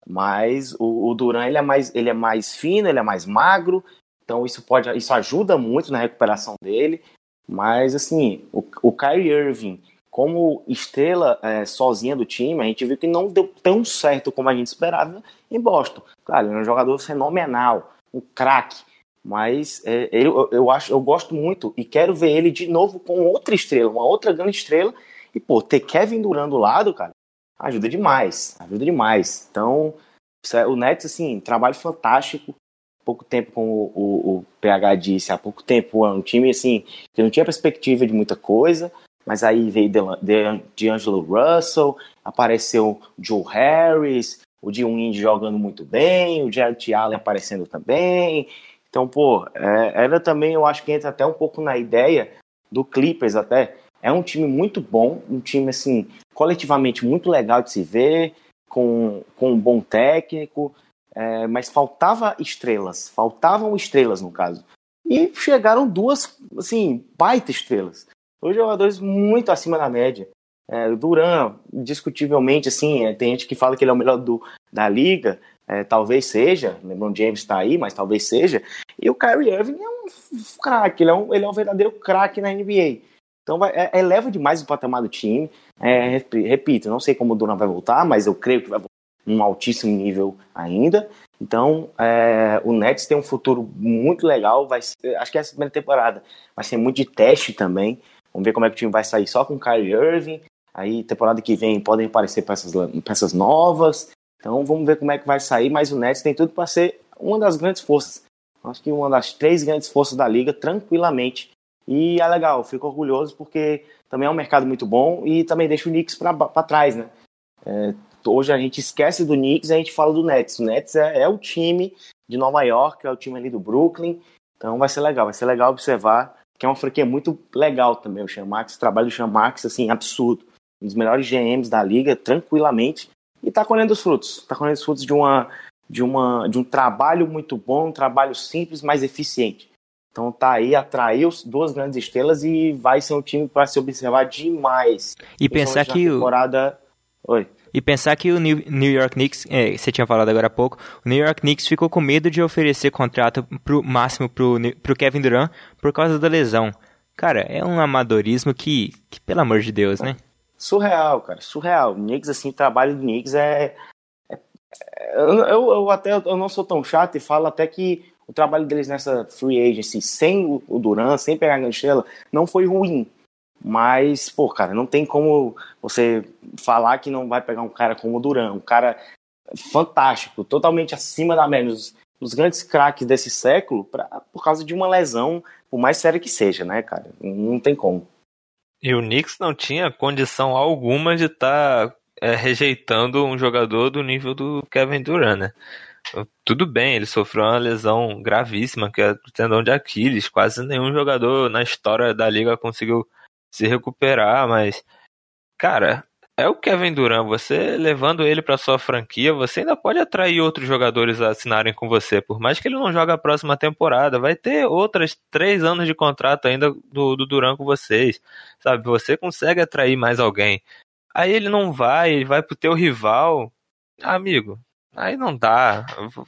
Mas o, o Durant ele é, mais, ele é mais fino, ele é mais magro, então isso, pode, isso ajuda muito na recuperação dele. Mas assim, o, o Kyrie Irving, como estrela é, sozinha do time, a gente viu que não deu tão certo como a gente esperava em Boston. Claro, ele é um jogador fenomenal, um craque, Mas é, eu, eu, acho, eu gosto muito e quero ver ele de novo com outra estrela, uma outra grande estrela. E, pô, ter Kevin Durant do lado, cara, ajuda demais, ajuda demais. Então, o Nets, assim, trabalho fantástico. Pouco tempo, como o, o, o P H disse, há pouco tempo, é um time, assim, que não tinha perspectiva de muita coisa, mas aí veio D'Angelo Russell, apareceu Joe Harris, o Dwayne jogando muito bem, o Jarrett Allen aparecendo também. Então, pô, é, ela também, eu acho que entra até um pouco na ideia do Clippers até. É um time muito bom, um time, assim, coletivamente muito legal de se ver, com, com um bom técnico, é, mas faltava estrelas, faltavam estrelas, no caso. E chegaram duas, assim, baita estrelas. Dois jogadores muito acima da média. É, o Durant, discutivelmente, assim, é, tem gente que fala que ele é o melhor do, da liga, é, talvez seja, o LeBron James está aí, mas talvez seja. E o Kyrie Irving é um craque, ele, é um, ele é um verdadeiro craque na N B A. Então vai, é, eleva demais o patamar do time. É, repito, não sei como o Durant vai voltar, mas eu creio que vai voltar num altíssimo nível ainda. Então é, o Nets tem um futuro muito legal. Vai ser, acho que essa primeira temporada vai ser muito de teste também. Vamos ver como é que o time vai sair só com o Kyrie Irving. Aí temporada que vem podem aparecer peças, peças novas. Então vamos ver como é que vai sair. Mas o Nets tem tudo para ser uma das grandes forças. Acho que uma das três grandes forças da liga, tranquilamente. E é legal, fico orgulhoso porque também é um mercado muito bom e também deixa o Knicks para trás, né? É, hoje a gente esquece do Knicks e a gente fala do Nets. O Nets é, é o time de Nova York, é o time ali do Brooklyn. Então vai ser legal, vai ser legal observar que é uma franquia muito legal também. O Sean Marks, o trabalho do Sean Marks, assim, absurdo. Um dos melhores G Ms da liga, tranquilamente. E tá colhendo os frutos. Tá colhendo os frutos de, uma, de, uma, de um trabalho muito bom, um trabalho simples, mas eficiente. Então tá aí, atraiu duas grandes estrelas e vai ser um time para se observar demais. E pensar que temporada... o... Oi. E pensar que o New York Knicks, é, você tinha falado agora há pouco, o New York Knicks ficou com medo de oferecer contrato pro máximo pro, pro Kevin Durant por causa da lesão. Cara, é um amadorismo que, que pelo amor de Deus, né? Surreal, cara, surreal. O Knicks, assim, o trabalho do Knicks é... é, é eu, eu até eu não sou tão chato e falo até que o trabalho deles nessa free agency, sem o Durant, sem pegar a grande estrela, não foi ruim. Mas, pô, cara, não tem como você falar que não vai pegar um cara como o Durant, um cara fantástico, totalmente acima da média, dos, dos grandes craques desse século, pra, por causa de uma lesão, por mais séria que seja, né, cara? Não tem como. E o Knicks não tinha condição alguma de estar tá, é, rejeitando um jogador do nível do Kevin Durant, né? Tudo bem, ele sofreu uma lesão gravíssima, que é o tendão de Aquiles. Quase nenhum jogador na história da liga conseguiu se recuperar, mas, cara, é o Kevin Durant. Você levando ele para sua franquia, você ainda pode atrair outros jogadores a assinarem com você, por mais que ele não jogue a próxima temporada. Vai ter outras três anos de contrato ainda do, do Durant com vocês, sabe? Você consegue atrair mais alguém. Aí ele não vai, ele vai pro teu rival, amigo. Aí não dá.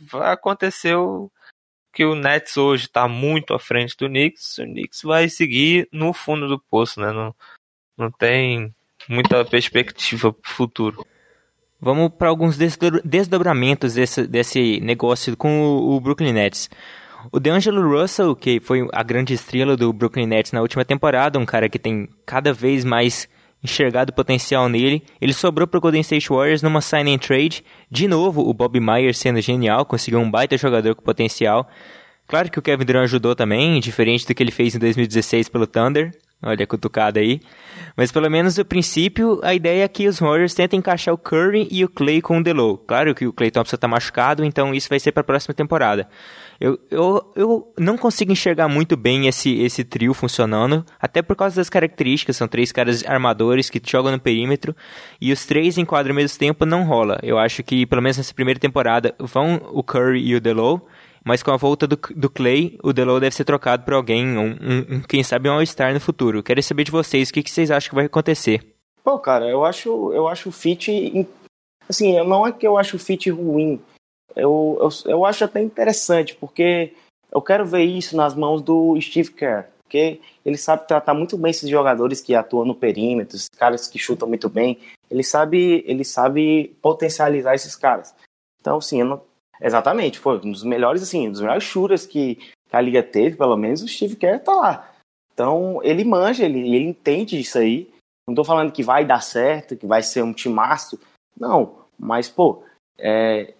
Aconteceu que o Nets hoje está muito à frente do Knicks. O Knicks vai seguir no fundo do poço, né? Não, não tem muita perspectiva para o futuro. Vamos para alguns desdobramentos desse, desse negócio com o, o Brooklyn Nets. O D'Angelo Russell, que foi a grande estrela do Brooklyn Nets na última temporada, um cara que tem cada vez mais enxergado potencial nele, ele sobrou para o Golden State Warriors numa sign and trade. De novo, o Bob Myers sendo genial, conseguiu um baita jogador com potencial. Claro que o Kevin Durant ajudou também, diferente do que ele fez em dois mil e dezesseis pelo Thunder. Olha a cutucada aí. Mas pelo menos no princípio, a ideia é que os Warriors tentem encaixar o Curry e o Klay com o D'Lo. Claro que o Klay Thompson está machucado, então isso vai ser para a próxima temporada. Eu, eu, eu não consigo enxergar muito bem esse, esse trio funcionando, até por causa das características. São três caras armadores que jogam no perímetro, e os três em quadra ao mesmo tempo não rola. Eu acho que, pelo menos nessa primeira temporada, vão o Curry e o D'Lo, mas com a volta do, do Klay, o D'Lo deve ser trocado por alguém, um, um, um, quem sabe um All-Star no futuro. Quero saber de vocês, o que, que vocês acham que vai acontecer? Pô, cara, eu acho, eu acho o fit... Assim, não é que eu acho o fit ruim. Eu, eu, eu acho até interessante, porque eu quero ver isso nas mãos do Steve Kerr, porque ele sabe tratar muito bem esses jogadores que atuam no perímetro, esses caras que chutam muito bem. Ele sabe, ele sabe potencializar esses caras. Então, assim, eu não... exatamente, foi um dos melhores, assim, um dos melhores shooters que que a liga teve, pelo menos o Steve Kerr tá lá. Então, ele manja, ele, ele entende isso aí. Não tô falando que vai dar certo, que vai ser um timaço. Não, mas, pô, é,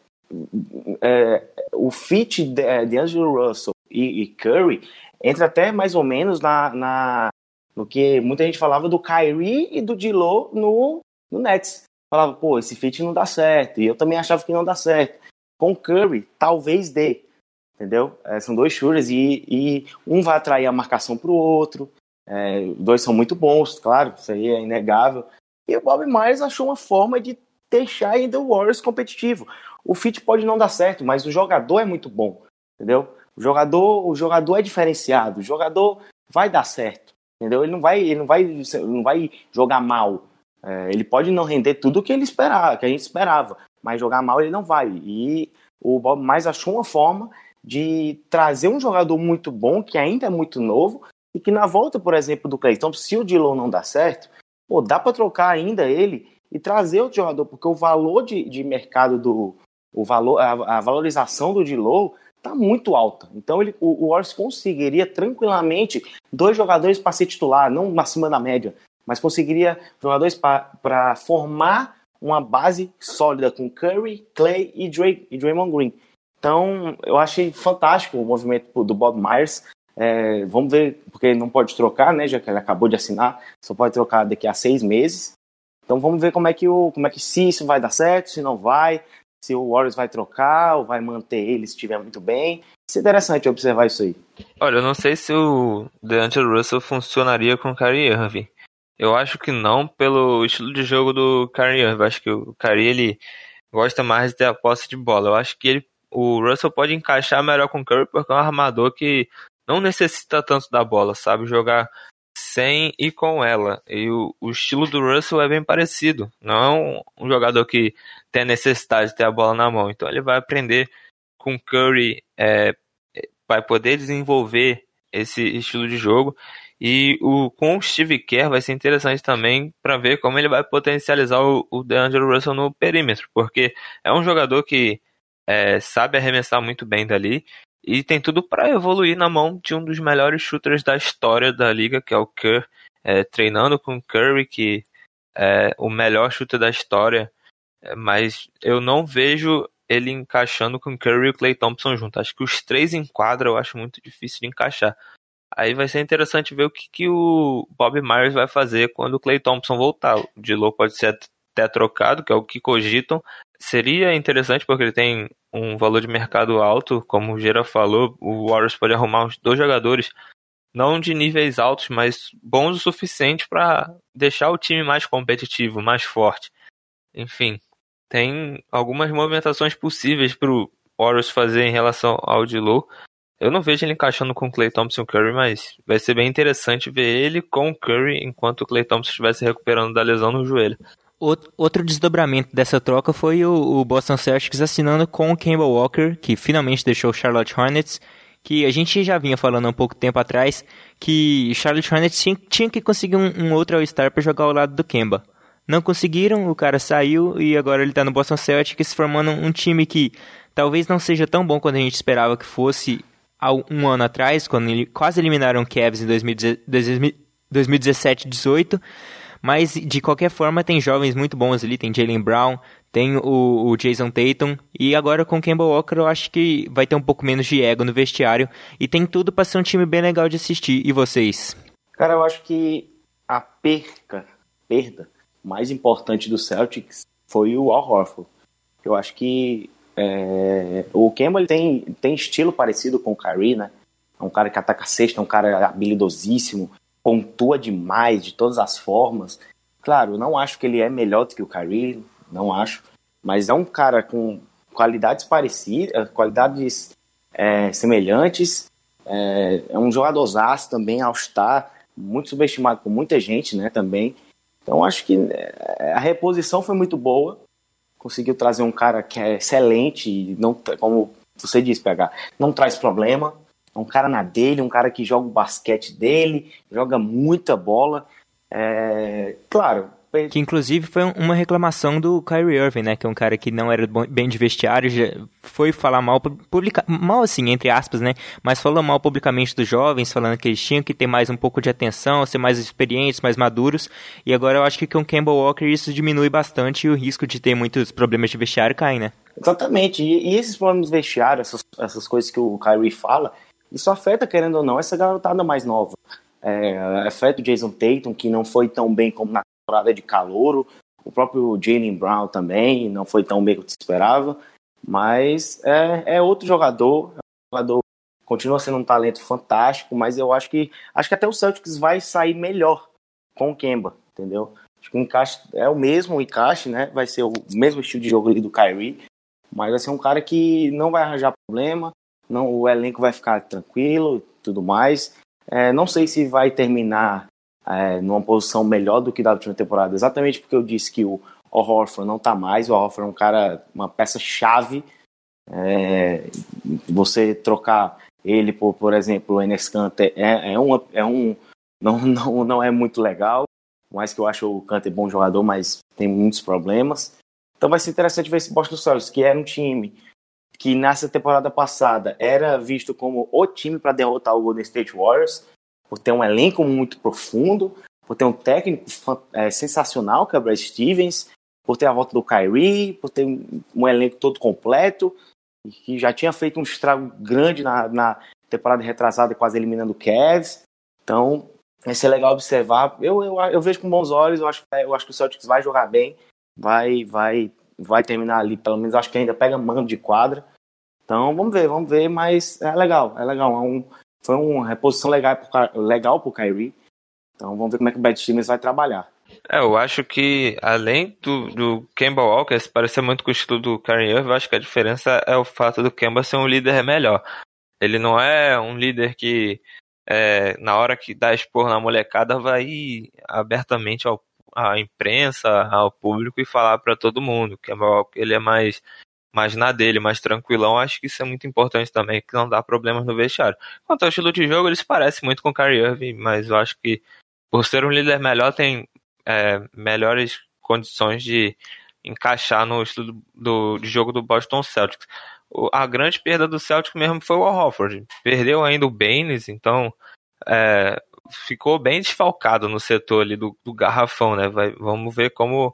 é, o fit de, de Angelo Russell e, e Curry entra até mais ou menos na, na, no que muita gente falava do Kyrie e do D'Lo no, no Nets. Falava, pô, esse fit não dá certo. E eu também achava que não dá certo. Com o Curry, talvez dê. Entendeu? É, são dois shooters e, e um vai atrair a marcação pro outro. É, dois são muito bons, claro, isso aí é inegável. E o Bob Myers achou uma forma de deixar ainda o Warriors competitivo. O fit pode não dar certo, mas o jogador é muito bom, entendeu? O jogador, o jogador é diferenciado, o jogador vai dar certo, entendeu? Ele não vai, ele não vai, ele não vai jogar mal. É, ele pode não render tudo o que ele esperava, que a gente esperava, mas jogar mal ele não vai. E o Bob Myers achou uma forma de trazer um jogador muito bom, que ainda é muito novo, e que na volta, por exemplo, do Klay Thompson, se o D'Lo não dá certo, pô, dá para trocar ainda ele e trazer outro jogador, porque o valor de, de mercado do o valor, a, a valorização do D'Lo tá muito alta. Então ele, o, o Warriors conseguiria tranquilamente dois jogadores para ser titular, não acima da média, mas conseguiria jogadores para formar uma base sólida com Curry, Klay e, Dray, e Draymond Green. Então eu achei fantástico o movimento do Bob Myers. É, vamos ver, porque ele não pode trocar, né, já que ele acabou de assinar, só pode trocar daqui a seis meses. Então vamos ver como é que, o, como é que se isso vai dar certo, se não vai, se o Warriors vai trocar ou vai manter ele se estiver muito bem. Isso é interessante observar isso aí. Olha, eu não sei se o DeAngelo Russell funcionaria com o Kyrie Irving. Eu acho que não, pelo estilo de jogo do Kyrie Irving. Eu acho que o Kyrie, ele gosta mais de ter a posse de bola. Eu acho que ele, o Russell pode encaixar melhor com o Curry, porque é um armador que não necessita tanto da bola, sabe jogar sem e com ela. E o, o estilo do Russell é bem parecido. Não é um, um jogador que tem a necessidade de ter a bola na mão. Então ele vai aprender com o Curry, é, vai poder desenvolver esse estilo de jogo. E o, com o Steve Kerr vai ser interessante também para ver como ele vai potencializar o, o DeAngelo Russell no perímetro. Porque é um jogador que é, sabe arremessar muito bem dali. E tem tudo para evoluir na mão de um dos melhores shooters da história da liga, que é o Kerr, é, treinando com o Curry, que é o melhor shooter da história. É, mas eu não vejo ele encaixando com o Curry e o Klay Thompson junto. Acho que os três em quadra eu acho muito difícil de encaixar. Aí vai ser interessante ver o que, que o Bob Myers vai fazer quando o Klay Thompson voltar. O D'Lo pode ser até trocado, que é o que cogitam. Seria interessante porque ele tem um valor de mercado alto, como o Gera falou. O Warriors pode arrumar uns dois jogadores, não de níveis altos, mas bons o suficiente para deixar o time mais competitivo, mais forte. Enfim, tem algumas movimentações possíveis para o Warriors fazer em relação ao D'Lo. Eu não vejo ele encaixando com o Klay Thompson e o Curry, mas vai ser bem interessante ver ele com o Curry enquanto o Klay Thompson estiver se recuperando da lesão no joelho. Outro desdobramento dessa troca foi o, o Boston Celtics assinando com o Kemba Walker, que finalmente deixou o Charlotte Hornets, que a gente já vinha falando há um pouco tempo atrás, que o Charlotte Hornets tinha, tinha que conseguir um, um outro All-Star para jogar ao lado do Kemba. Não conseguiram, o cara saiu e agora ele está no Boston Celtics formando um time que talvez não seja tão bom quanto a gente esperava que fosse há um ano atrás, quando ele, quase eliminaram o Cavs em dois mil e dezessete dezoito. Mas, de qualquer forma, tem jovens muito bons ali. Tem Jaylen Brown, tem o, o Jason Tatum. E agora com o Kemba Walker eu acho que vai ter um pouco menos de ego no vestiário. E tem tudo para ser um time bem legal de assistir. E vocês? Cara, eu acho que a perca, perda mais importante do Celtics foi o Al Horford. Eu acho que é, o Kemba ele tem, tem estilo parecido com o Kyrie, né? É um cara que ataca a cesta, é um cara habilidosíssimo, pontua demais de todas as formas. Claro, eu não acho que ele é melhor do que o Kyrie, não acho, mas é um cara com qualidades parecidas, qualidades é, semelhantes, é, é um jogadorzaço também, All-Star, muito subestimado por muita gente, né, também. Então acho que a reposição foi muito boa, conseguiu trazer um cara que é excelente, e não, como você disse, P H, não traz problema. É um cara na dele, um cara que joga o basquete dele, joga muita bola. É, claro, Que inclusive foi uma reclamação do Kyrie Irving, né? Que é um cara que não era bem de vestiário, já foi falar mal, publica... mal assim, entre aspas, né? Mas falou mal publicamente dos jovens, falando que eles tinham que ter mais um pouco de atenção, ser mais experientes, mais maduros. E agora eu acho que com o Kemba Walker isso diminui bastante e o risco de ter muitos problemas de vestiário cai, né? Exatamente. E, e esses problemas de vestiário, essas, essas coisas que o Kyrie fala, isso afeta, querendo ou não, essa garotada mais nova. É, afeta o Jason Tatum, que não foi tão bem como na temporada de calouro. O próprio Jaylen Brown também não foi tão bem quanto se esperava. Mas é, é outro jogador. É um jogador continua sendo um talento fantástico, mas eu acho que acho que até o Celtics vai sair melhor com o Kemba, entendeu? Acho que o encaixe é o mesmo encaixe, né? Vai ser o mesmo estilo de jogo ali do Kyrie, mas vai ser um cara que não vai arranjar problema, não, o elenco vai ficar tranquilo e tudo mais. É, não sei se vai terminar é, numa posição melhor do que da última temporada, exatamente porque eu disse que o Al Horford não tá mais. O Al Horford é um cara, uma peça-chave. É, você trocar ele por, por exemplo, o Enes Kanter é, é, uma, é um não, não, não é muito legal, mais que eu acho o Kanter bom jogador, mas tem muitos problemas. Então vai ser interessante ver esse Boston Celtics, que era um time que nessa temporada passada era visto como o time para derrotar o Golden State Warriors, por ter um elenco muito profundo, por ter um técnico é, sensacional, que é o Brad Stevens, por ter a volta do Kyrie, por ter um, um elenco todo completo, que já tinha feito um estrago grande na, na temporada retrasada, quase eliminando o Cavs. Então, vai ser legal observar. Eu, eu, eu vejo com bons olhos, eu acho, eu acho que o Celtics vai jogar bem, vai, vai, vai terminar ali, pelo menos acho que ainda pega mando de quadra. Então, vamos ver, vamos ver, mas é legal, é legal. É um, foi uma reposição legal pro, legal pro Kyrie. Então, vamos ver como é que o Brad Stevens vai trabalhar. É, eu acho que, além do, do Kemba Walker se parecer muito com o estilo do Kyrie Irving, eu acho que a diferença é o fato do Kemba ser um líder melhor. Ele não é um líder que, é, na hora que dá expor na molecada, vai ir abertamente ao, à imprensa, ao público e falar para todo mundo. O Kemba Walker, ele é mais, mais na dele, mais tranquilão. Acho que isso é muito importante também, que não dá problemas no vestiário. Quanto ao estilo de jogo, ele se parece muito com o Kyrie Irving, mas eu acho que, por ser um líder melhor, tem É, melhores condições de encaixar no estilo do, de jogo do Boston Celtics. O, a grande perda do Celtics mesmo foi o Al Horford. Perdeu ainda o Baines, então é, ficou bem desfalcado no setor ali do, do garrafão, né? Vai, vamos ver como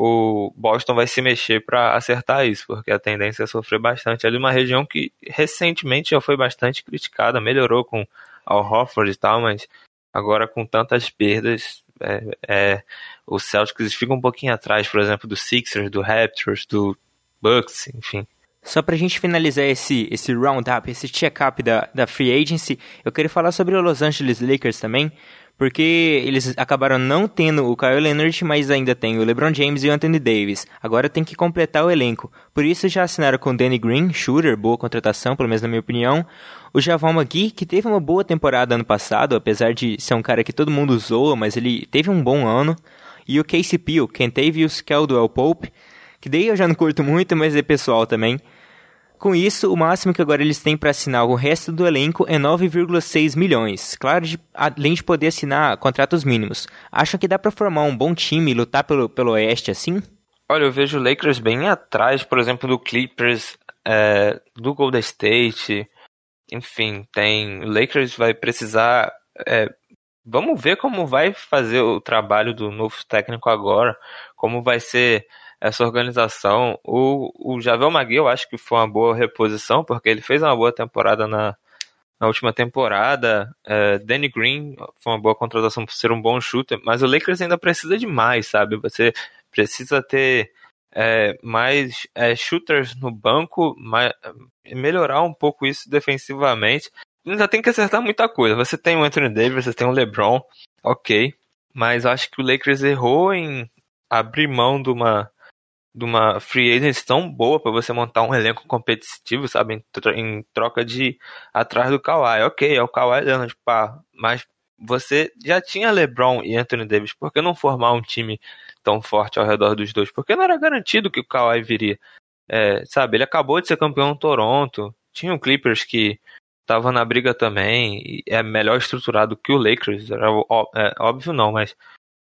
o Boston vai se mexer para acertar isso, porque a tendência é sofrer bastante ali, uma região que recentemente já foi bastante criticada, melhorou com Al Horford e tal, mas agora com tantas perdas, É, é, o Celtics fica um pouquinho atrás, por exemplo, do Sixers, do Raptors, do Bucks, enfim. Só pra gente finalizar esse, esse roundup, esse check-up da, da Free Agency, eu queria falar sobre o Los Angeles Lakers também, porque eles acabaram não tendo o Kawhi Leonard, mas ainda tem o LeBron James e o Anthony Davis. Agora tem que completar o elenco. Por isso já assinaram com o Danny Green, shooter, boa contratação, pelo menos na minha opinião. O Javon McGee, que teve uma boa temporada ano passado, apesar de ser um cara que todo mundo zoa, mas ele teve um bom ano. E o K C P, o Kentavious Caldwell Pope, que daí eu já não curto muito, mas é pessoal também. Com isso, o máximo que agora eles têm para assinar o resto do elenco é nove vírgula seis milhões. Claro, de, além de poder assinar contratos mínimos. Acham que dá para formar um bom time e lutar pelo, pelo Oeste assim? Olha, eu vejo o Lakers bem atrás, por exemplo, do Clippers, é, do Golden State. Enfim, tem... O Lakers vai precisar... É, vamos ver como vai fazer o trabalho do novo técnico agora. Como vai ser essa organização. O, o Javel McGee eu acho que foi uma boa reposição, porque ele fez uma boa temporada na, na última temporada. É, Danny Green foi uma boa contratação por ser um bom shooter, mas o Lakers ainda precisa de mais, sabe? Você precisa ter é, mais é, shooters no banco, mais, melhorar um pouco isso defensivamente. Ainda tem que acertar muita coisa. Você tem o Anthony Davis, você tem o LeBron, ok, mas eu acho que o Lakers errou em abrir mão de uma de uma free agency tão boa para você montar um elenco competitivo, sabe, em, tro- em troca de atrás do Kawhi. Ok, é o Kawhi Leonard, pá, mas você já tinha LeBron e Anthony Davis, por que não formar um time tão forte ao redor dos dois? Porque não era garantido que o Kawhi viria, é, sabe, ele acabou de ser campeão no Toronto, tinha o Clippers que estava na briga também, e é melhor estruturado que o Lakers, era ó- é, óbvio não, mas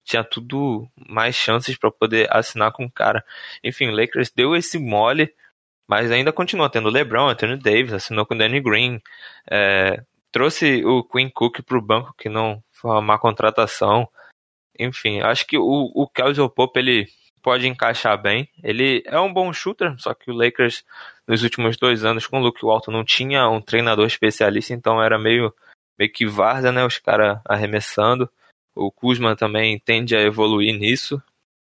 tinha tudo mais chances para poder assinar com o cara. Enfim, o Lakers deu esse mole, mas ainda continua tendo LeBron, Anthony Davis, assinou com o Danny Green, é, trouxe o Quinn Cook pro banco, que não foi uma má contratação. Enfim, acho que o, o Caldwell Pope, ele pode encaixar bem. Ele é um bom shooter, só que o Lakers, nos últimos dois anos, com o Luke Walton, não tinha um treinador especialista, então era meio, meio que várzea, né, os caras arremessando. O Kuzma também tende a evoluir nisso.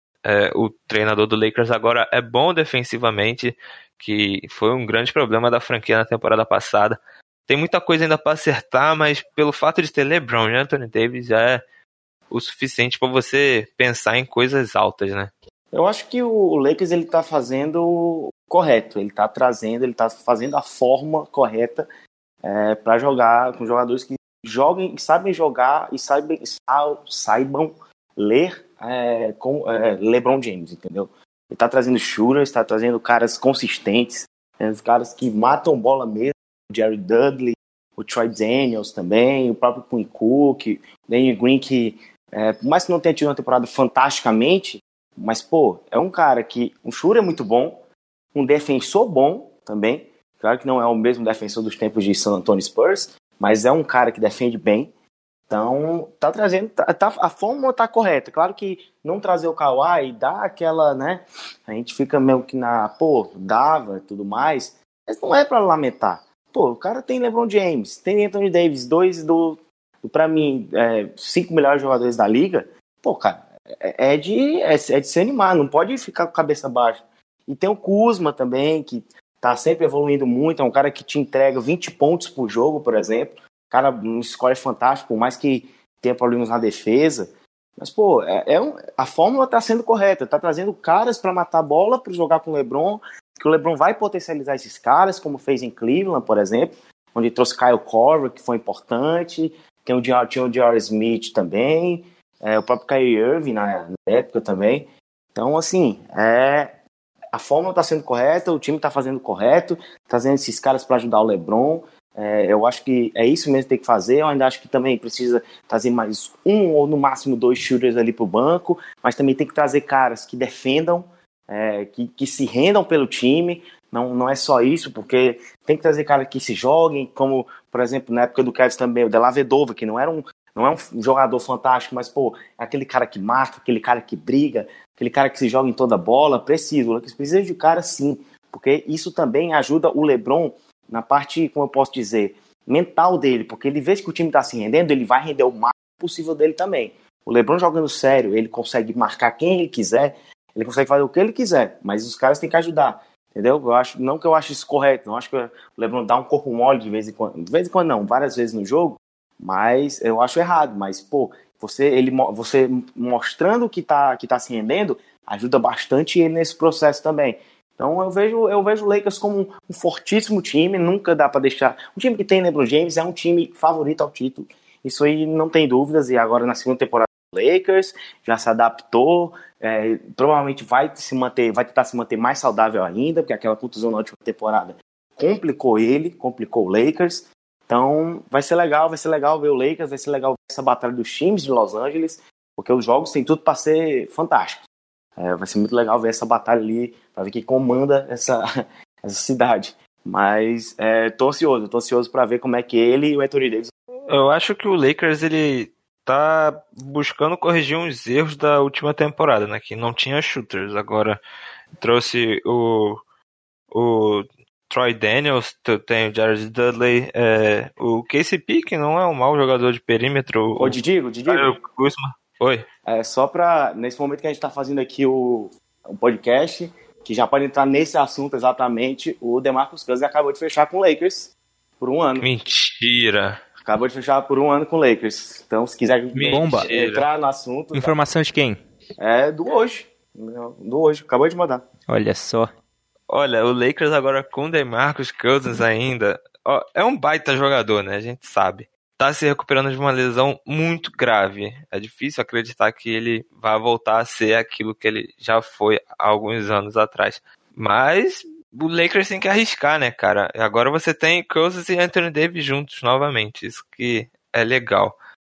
É, o treinador do Lakers agora é bom defensivamente, que foi um grande problema da franquia na temporada passada. Tem muita coisa ainda para acertar, mas pelo fato de ter LeBron e Anthony Davis já é o suficiente para você pensar em coisas altas, né? Eu acho que o Lakers ele tá fazendo o correto, ele tá trazendo, ele tá fazendo a forma correta é, para jogar com jogadores que joguem, que sabem jogar e saibam, saibam ler é, com é, LeBron James, entendeu? Ele tá trazendo shooters, está trazendo caras consistentes, né, os caras que matam bola mesmo, o Jerry Dudley, o Troy Daniels também, o próprio Quinn Cook, o Danny Green, que é, por mais que não tenha tido uma temporada fantasticamente, mas, pô, é um cara que um shooter é muito bom, um defensor bom também, claro que não é o mesmo defensor dos tempos de San Antonio Spurs, mas é um cara que defende bem. Então, tá trazendo, tá, tá, a fórmula tá correta. Claro que não trazer o Kawhi dá aquela, né? A gente fica meio que na, pô, dava e tudo mais, mas não é pra lamentar. Pô, o cara tem LeBron James, tem Anthony Davis, dois do, do pra mim, é, cinco melhores jogadores da liga. Pô, cara, é, é, de, é, é de se animar, não pode ficar com a cabeça baixa. E tem o Kuzma também, que tá sempre evoluindo muito, é um cara que te entrega vinte pontos por jogo, por exemplo. O cara não score fantástico, por mais que tenha problemas na defesa. Mas, pô, é, é um, a fórmula tá sendo correta. Tá trazendo caras para matar a bola, para jogar com o LeBron, que o LeBron vai potencializar esses caras, como fez em Cleveland, por exemplo, onde trouxe Kyle Korver, que foi importante. Tem o, tinha o J R. Smith também, é, o próprio Kyrie Irving na, na época também. Então, assim, é, a fórmula tá sendo correta, o time tá fazendo correto, trazendo esses caras para ajudar o LeBron. É, eu acho que é isso mesmo que tem que fazer. Eu ainda acho que também precisa trazer mais um ou no máximo dois shooters ali pro banco, mas também tem que trazer caras que defendam, é, que, que se rendam pelo time. Não, não é só isso, porque tem que trazer caras que se joguem, como, por exemplo, na época do Cavs também, o Della Vedova, que não era um, não é um jogador fantástico, mas, pô, é aquele cara que mata, aquele cara que briga, aquele cara que se joga em toda bola. Precisa, o Lakers precisa de cara sim, porque isso também ajuda o LeBron na parte, como eu posso dizer, mental dele, porque ele vê que o time está se rendendo, ele vai render o máximo possível dele também. O LeBron jogando sério, ele consegue marcar quem ele quiser, ele consegue fazer o que ele quiser, mas os caras têm que ajudar, entendeu? Eu acho, não que eu acho isso correto, não acho que o LeBron dá um corpo mole de vez em quando, de vez em quando não, várias vezes no jogo, mas eu acho errado, mas, pô, você, ele, você mostrando que tá, que tá se rendendo, ajuda bastante ele nesse processo também. Então eu vejo, eu vejo o Lakers como um, um fortíssimo time, nunca dá para deixar. Um time que tem LeBron James é um time favorito ao título, isso aí não tem dúvidas, e agora na segunda temporada do Lakers já se adaptou, é, provavelmente vai se manter, vai tentar se manter mais saudável ainda, porque aquela contusão na última temporada complicou ele, complicou o Lakers. Então vai ser legal, vai ser legal ver o Lakers, vai ser legal ver essa batalha dos times de Los Angeles, porque os jogos têm tudo para ser fantástico. É, vai ser muito legal ver essa batalha ali, para ver quem comanda essa, essa cidade. Mas é, tô ansioso, tô ansioso para ver como é que ele e o Anthony Davis... Eu acho que o Lakers, ele tá buscando corrigir uns erros da última temporada, né? Que não tinha shooters. Agora trouxe o, o Troy Daniels, tem o Jared Dudley, é, o K C P, que não é um mau jogador de perímetro. Ô, Didigo, Didigo. O Kuzma. Oi. É, só para, nesse momento que a gente está fazendo aqui o, o podcast, que já pode entrar nesse assunto exatamente, o DeMarcus Cousins acabou de fechar com o Lakers por um ano. Mentira. Acabou de fechar por um ano com o Lakers. Então, se quiser Bomba. entrar no assunto... Informação tá? de quem? É do hoje. Do hoje. Acabou de mandar. Olha só. Olha, o Lakers agora com o DeMarcus Cousins ainda... Ó, é um baita jogador, né? A gente sabe. Tá se recuperando de uma lesão muito grave. É difícil acreditar que ele vai voltar a ser aquilo que ele já foi há alguns anos atrás. Mas o Lakers tem que arriscar, né, cara? Agora você tem Cousins e Anthony Davis juntos novamente. Isso que é legal.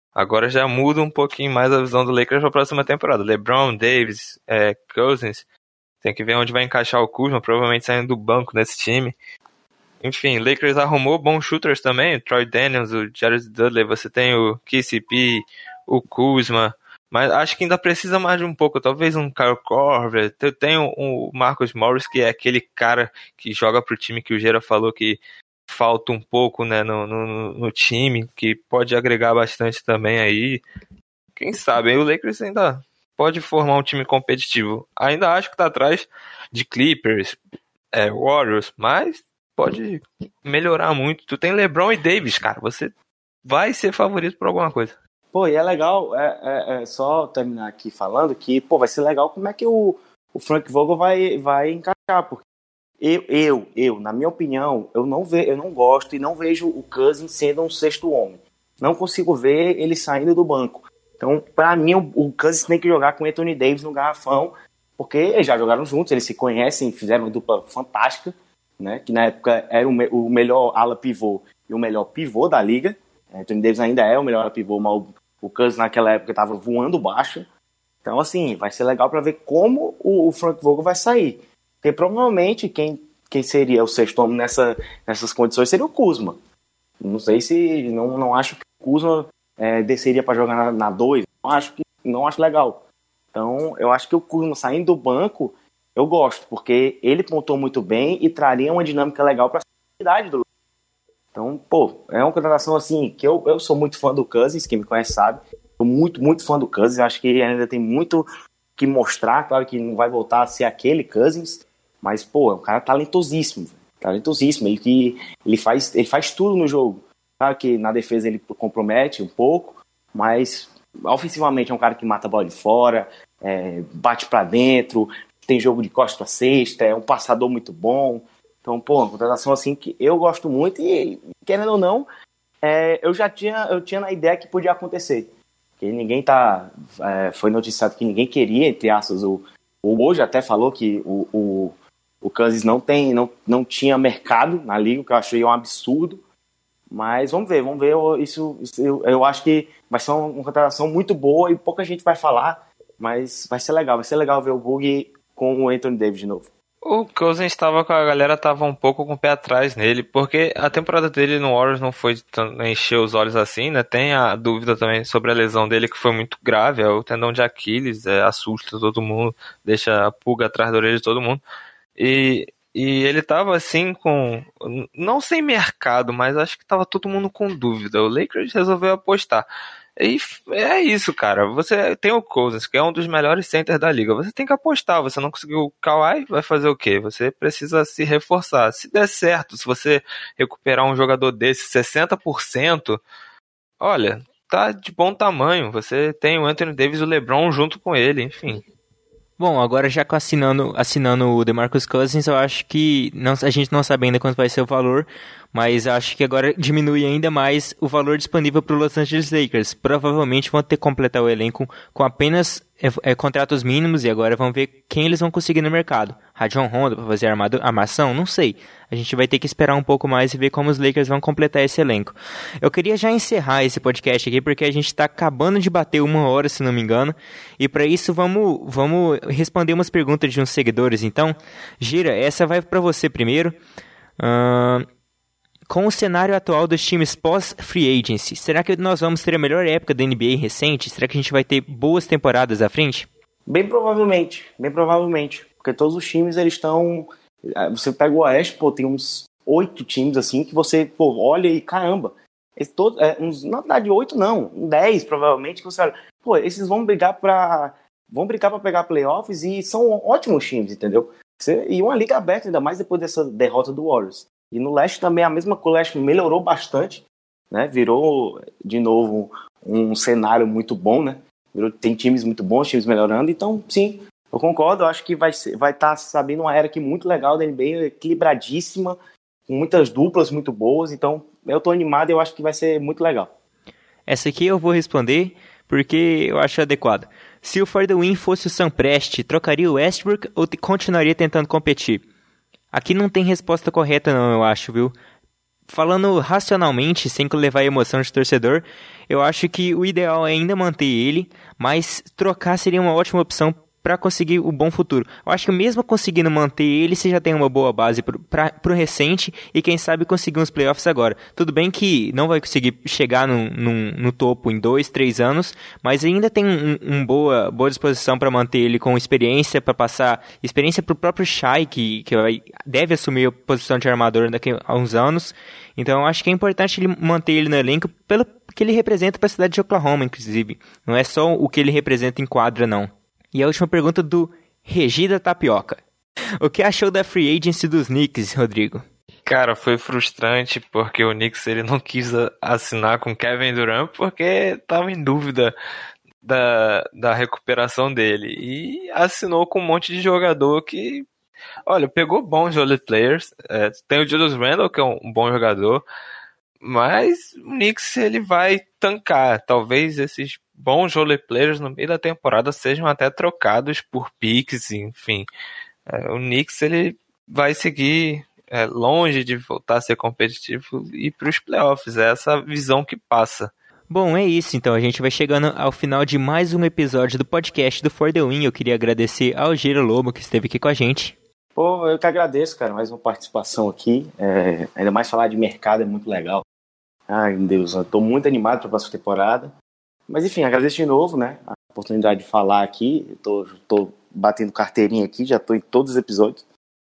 Agora já muda um pouquinho mais a visão do Lakers para a próxima temporada. LeBron, Davis, é, Cousins, tem que ver onde vai encaixar o Kuzma, provavelmente saindo do banco nesse time. Enfim, Lakers arrumou bons shooters também, o Troy Daniels, o Jared Dudley, você tem o K C P, o Kuzma, mas acho que ainda precisa mais de um pouco, talvez um Kyle Korver. Tem o Marcus Morris, que é aquele cara que joga pro time que o Gera falou que falta um pouco, né, no, no, no time, que pode agregar bastante também aí. Quem sabe, aí o Lakers ainda pode formar um time competitivo. Ainda acho que tá atrás de Clippers, é, Warriors, mas pode melhorar muito. Tu tem LeBron e Davis, cara, você vai ser favorito por alguma coisa. Pô, e é legal, é, é, é só terminar aqui falando que, pô, vai ser legal como é que o, o Frank Vogel vai, vai encaixar, porque eu, eu, eu, na minha opinião, eu não, ve, eu não gosto e não vejo o Cousins sendo um sexto homem. Não consigo ver ele saindo do banco. Então, pra mim, o, o Cousins tem que jogar com o Anthony Davis no garrafão, porque eles já jogaram juntos, eles se conhecem, fizeram uma dupla fantástica, né, que na época era o, me, o melhor ala pivô e o melhor pivô da liga. Anthony Davis ainda é o melhor ala pivô, mas o, o Cousins naquela época estava voando baixo. Então, assim, vai ser legal para ver como o, o Frank Vogel vai sair. Porque provavelmente quem, quem seria o sexto homem nessa, nessas condições seria o Kuzma. Não sei se... Não, não acho que o Kuzma é, desceria para jogar na dois. Não acho, que, não acho legal. Então, eu acho que o Kuzma saindo do banco, eu gosto, porque ele pontou muito bem e traria uma dinâmica legal para a cidade do... Então, pô, é uma contratação assim, que eu, eu sou muito fã do Cousins, quem me conhece sabe. Sou muito, muito fã do Cousins, acho que ele ainda tem muito que mostrar, claro que não vai voltar a ser aquele Cousins, mas, pô, é um cara talentosíssimo, talentosíssimo, ele, que, ele, faz, ele faz tudo no jogo. Claro que na defesa ele compromete um pouco, mas ofensivamente é um cara que mata a bola de fora, é, bate pra dentro, tem jogo de costa pra cesta, é um passador muito bom. Então, pô, uma contratação assim que eu gosto muito e, querendo ou não, é, eu já tinha, eu tinha na ideia que podia acontecer. Que ninguém tá... É, foi noticiado que ninguém queria, entre aspas, o, o hoje até falou que o, o, o Cousins não, tem, não, não tinha mercado na liga, que eu achei um absurdo. Mas vamos ver, vamos ver. Isso, isso eu, eu acho que vai ser uma, uma contratação muito boa e pouca gente vai falar, mas vai ser legal. Vai ser legal ver o Bug com o Anthony Davis de novo. O Cousins estava com a galera, tava um pouco com o pé atrás nele, porque a temporada dele no Warriors não foi encher os olhos assim, né? Tem a dúvida também sobre a lesão dele, que foi muito grave, é o tendão de Aquiles, é, assusta todo mundo, deixa a pulga atrás da orelha de todo mundo. E, e ele tava assim com, não sem mercado, mas acho que tava todo mundo com dúvida. O Lakers resolveu apostar. E é isso, cara. Você tem o Cousins, que é um dos melhores centers da liga. Você tem que apostar. Você não conseguiu o Kawhi, vai fazer o quê? Você precisa se reforçar. Se der certo, se você recuperar um jogador desse sessenta por cento, olha, tá de bom tamanho. Você tem o Anthony Davis e o LeBron junto com ele, enfim. Bom, agora já com assinando, assinando o DeMarcus Cousins, eu acho que não, a gente não sabe ainda quanto vai ser o valor, mas acho que agora diminui ainda mais o valor disponível para o Los Angeles Lakers. Provavelmente vão ter que completar o elenco com apenas é, é, contratos mínimos e agora vão ver quem eles vão conseguir no mercado. Rajon Rondo para fazer armado, armação? Não sei. A gente vai ter que esperar um pouco mais e ver como os Lakers vão completar esse elenco. Eu queria já encerrar esse podcast aqui porque a gente está acabando de bater uma hora, se não me engano. E para isso vamos, vamos responder umas perguntas de uns seguidores. Então, Gira, essa vai para você primeiro. Uh, com o cenário atual dos times pós-free agency, será que nós vamos ter a melhor época da N B A recente? Será que a gente vai ter boas temporadas à frente? Bem provavelmente, bem provavelmente. Porque todos os times, eles estão... Você pega o Oeste, pô, tem uns oito times assim que você, pô, olha e caramba. Esse todo, é, uns, na verdade, oito não, dez provavelmente, que você olha, pô, esses vão brigar pra, vão brigar pra pegar playoffs e são ótimos times, entendeu? Você, e uma liga aberta, ainda mais depois dessa derrota do Warriors. E no Leste também a mesma coisa, o Leste melhorou bastante, né? Virou, de novo, um cenário muito bom, né? Virou, tem times muito bons, times melhorando, então, sim, eu concordo, eu acho que vai estar vai tá sabendo uma era aqui muito legal da N B A, equilibradíssima, com muitas duplas muito boas, então eu tô animado e eu acho que vai ser muito legal. Essa aqui eu vou responder porque eu acho adequado. Se o For The Win fosse o Sam Presti, trocaria o Westbrook ou te, continuaria tentando competir? Aqui não tem resposta correta não, eu acho, viu? falando racionalmente, sem levar a emoção de torcedor, eu acho que o ideal é ainda manter ele, mas trocar seria uma ótima opção para conseguir um bom futuro. Eu acho que mesmo conseguindo manter ele, você já tem uma boa base para o recente e quem sabe conseguir uns playoffs agora. Tudo bem que não vai conseguir chegar no, no, no topo em dois, três anos, mas ainda tem uma um boa, boa disposição para manter ele com experiência, para passar experiência para o próprio Shai, que, que vai, deve assumir a posição de armador daqui a uns anos. Então eu acho que é importante ele manter ele no elenco pelo que ele representa para a cidade de Oklahoma, inclusive. Não é só o que ele representa em quadra, não. E a última pergunta do Regida Tapioca. O que achou da free agency dos Knicks, Rodrigo? Cara, foi frustrante porque o Knicks ele não quis assinar com Kevin Durant porque estava em dúvida da, da recuperação dele. E assinou com um monte de jogador que, olha, pegou bons role players. É, tem o Julius Randle, que é um, um bom jogador, mas o Knicks ele vai tancar. Talvez esses bons role players no meio da temporada sejam até trocados por picks, enfim. É, o Knicks ele vai seguir é, longe de voltar a ser competitivo e ir para os playoffs. É essa visão que passa. Bom, é isso então. A gente vai chegando ao final de mais um episódio do podcast do For The Win. Eu queria agradecer ao Giro Lobo que esteve aqui com a gente. Pô, eu que agradeço, cara. Mais uma participação aqui. É, ainda mais falar de mercado é muito legal. Ai, meu Deus, eu tô muito animado para a próxima temporada. Mas enfim, agradeço de novo, né, a oportunidade de falar aqui. Eu tô, tô batendo carteirinha aqui, já tô em todos os episódios.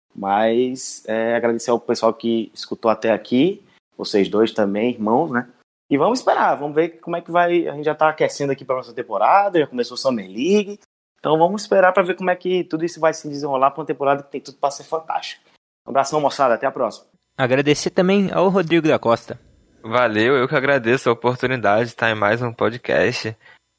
Mas é, agradecer ao pessoal que escutou até aqui, vocês dois também, irmãos, né? E vamos esperar, vamos ver como é que vai. A gente já tá aquecendo aqui para nossa temporada, já começou o Summer League. Então vamos esperar para ver como é que tudo isso vai se desenrolar para uma temporada que tem tudo para ser fantástica. Um abração, moçada, até a próxima. Agradecer também ao Rodrigo da Costa. Valeu, eu que agradeço a oportunidade de estar em mais um podcast.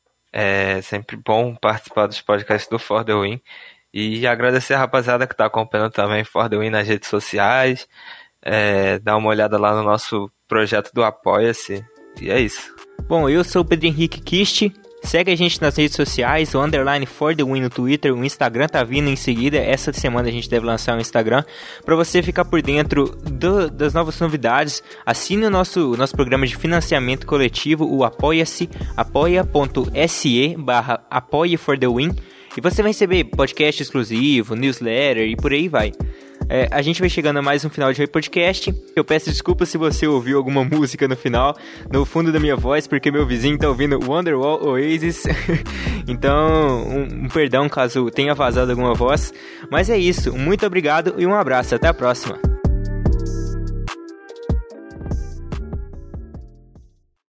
É sempre bom participar dos podcasts do For The Win. E agradecer a rapaziada que está acompanhando também For The Win nas redes sociais. É, dá uma olhada lá no nosso projeto do Apoia-se. E é isso. Bom, eu sou o Pedro Henrique Kist. Segue a gente nas redes sociais, o underline For The Win no Twitter, o Instagram tá vindo em seguida, essa semana a gente deve lançar um Instagram, para você ficar por dentro do, das novas novidades. Assine o nosso, nosso programa de financiamento coletivo, o Apoia-se, apoia.se barra apoie For The Win, e você vai receber podcast exclusivo, newsletter e por aí vai. É, a gente vai chegando a mais um final de podcast. Eu peço desculpas se você ouviu alguma música no final, no fundo da minha voz, porque meu vizinho tá ouvindo Wonderwall Oasis. Então, um, um perdão caso tenha vazado alguma voz. Mas é isso, muito obrigado e um abraço, até a próxima.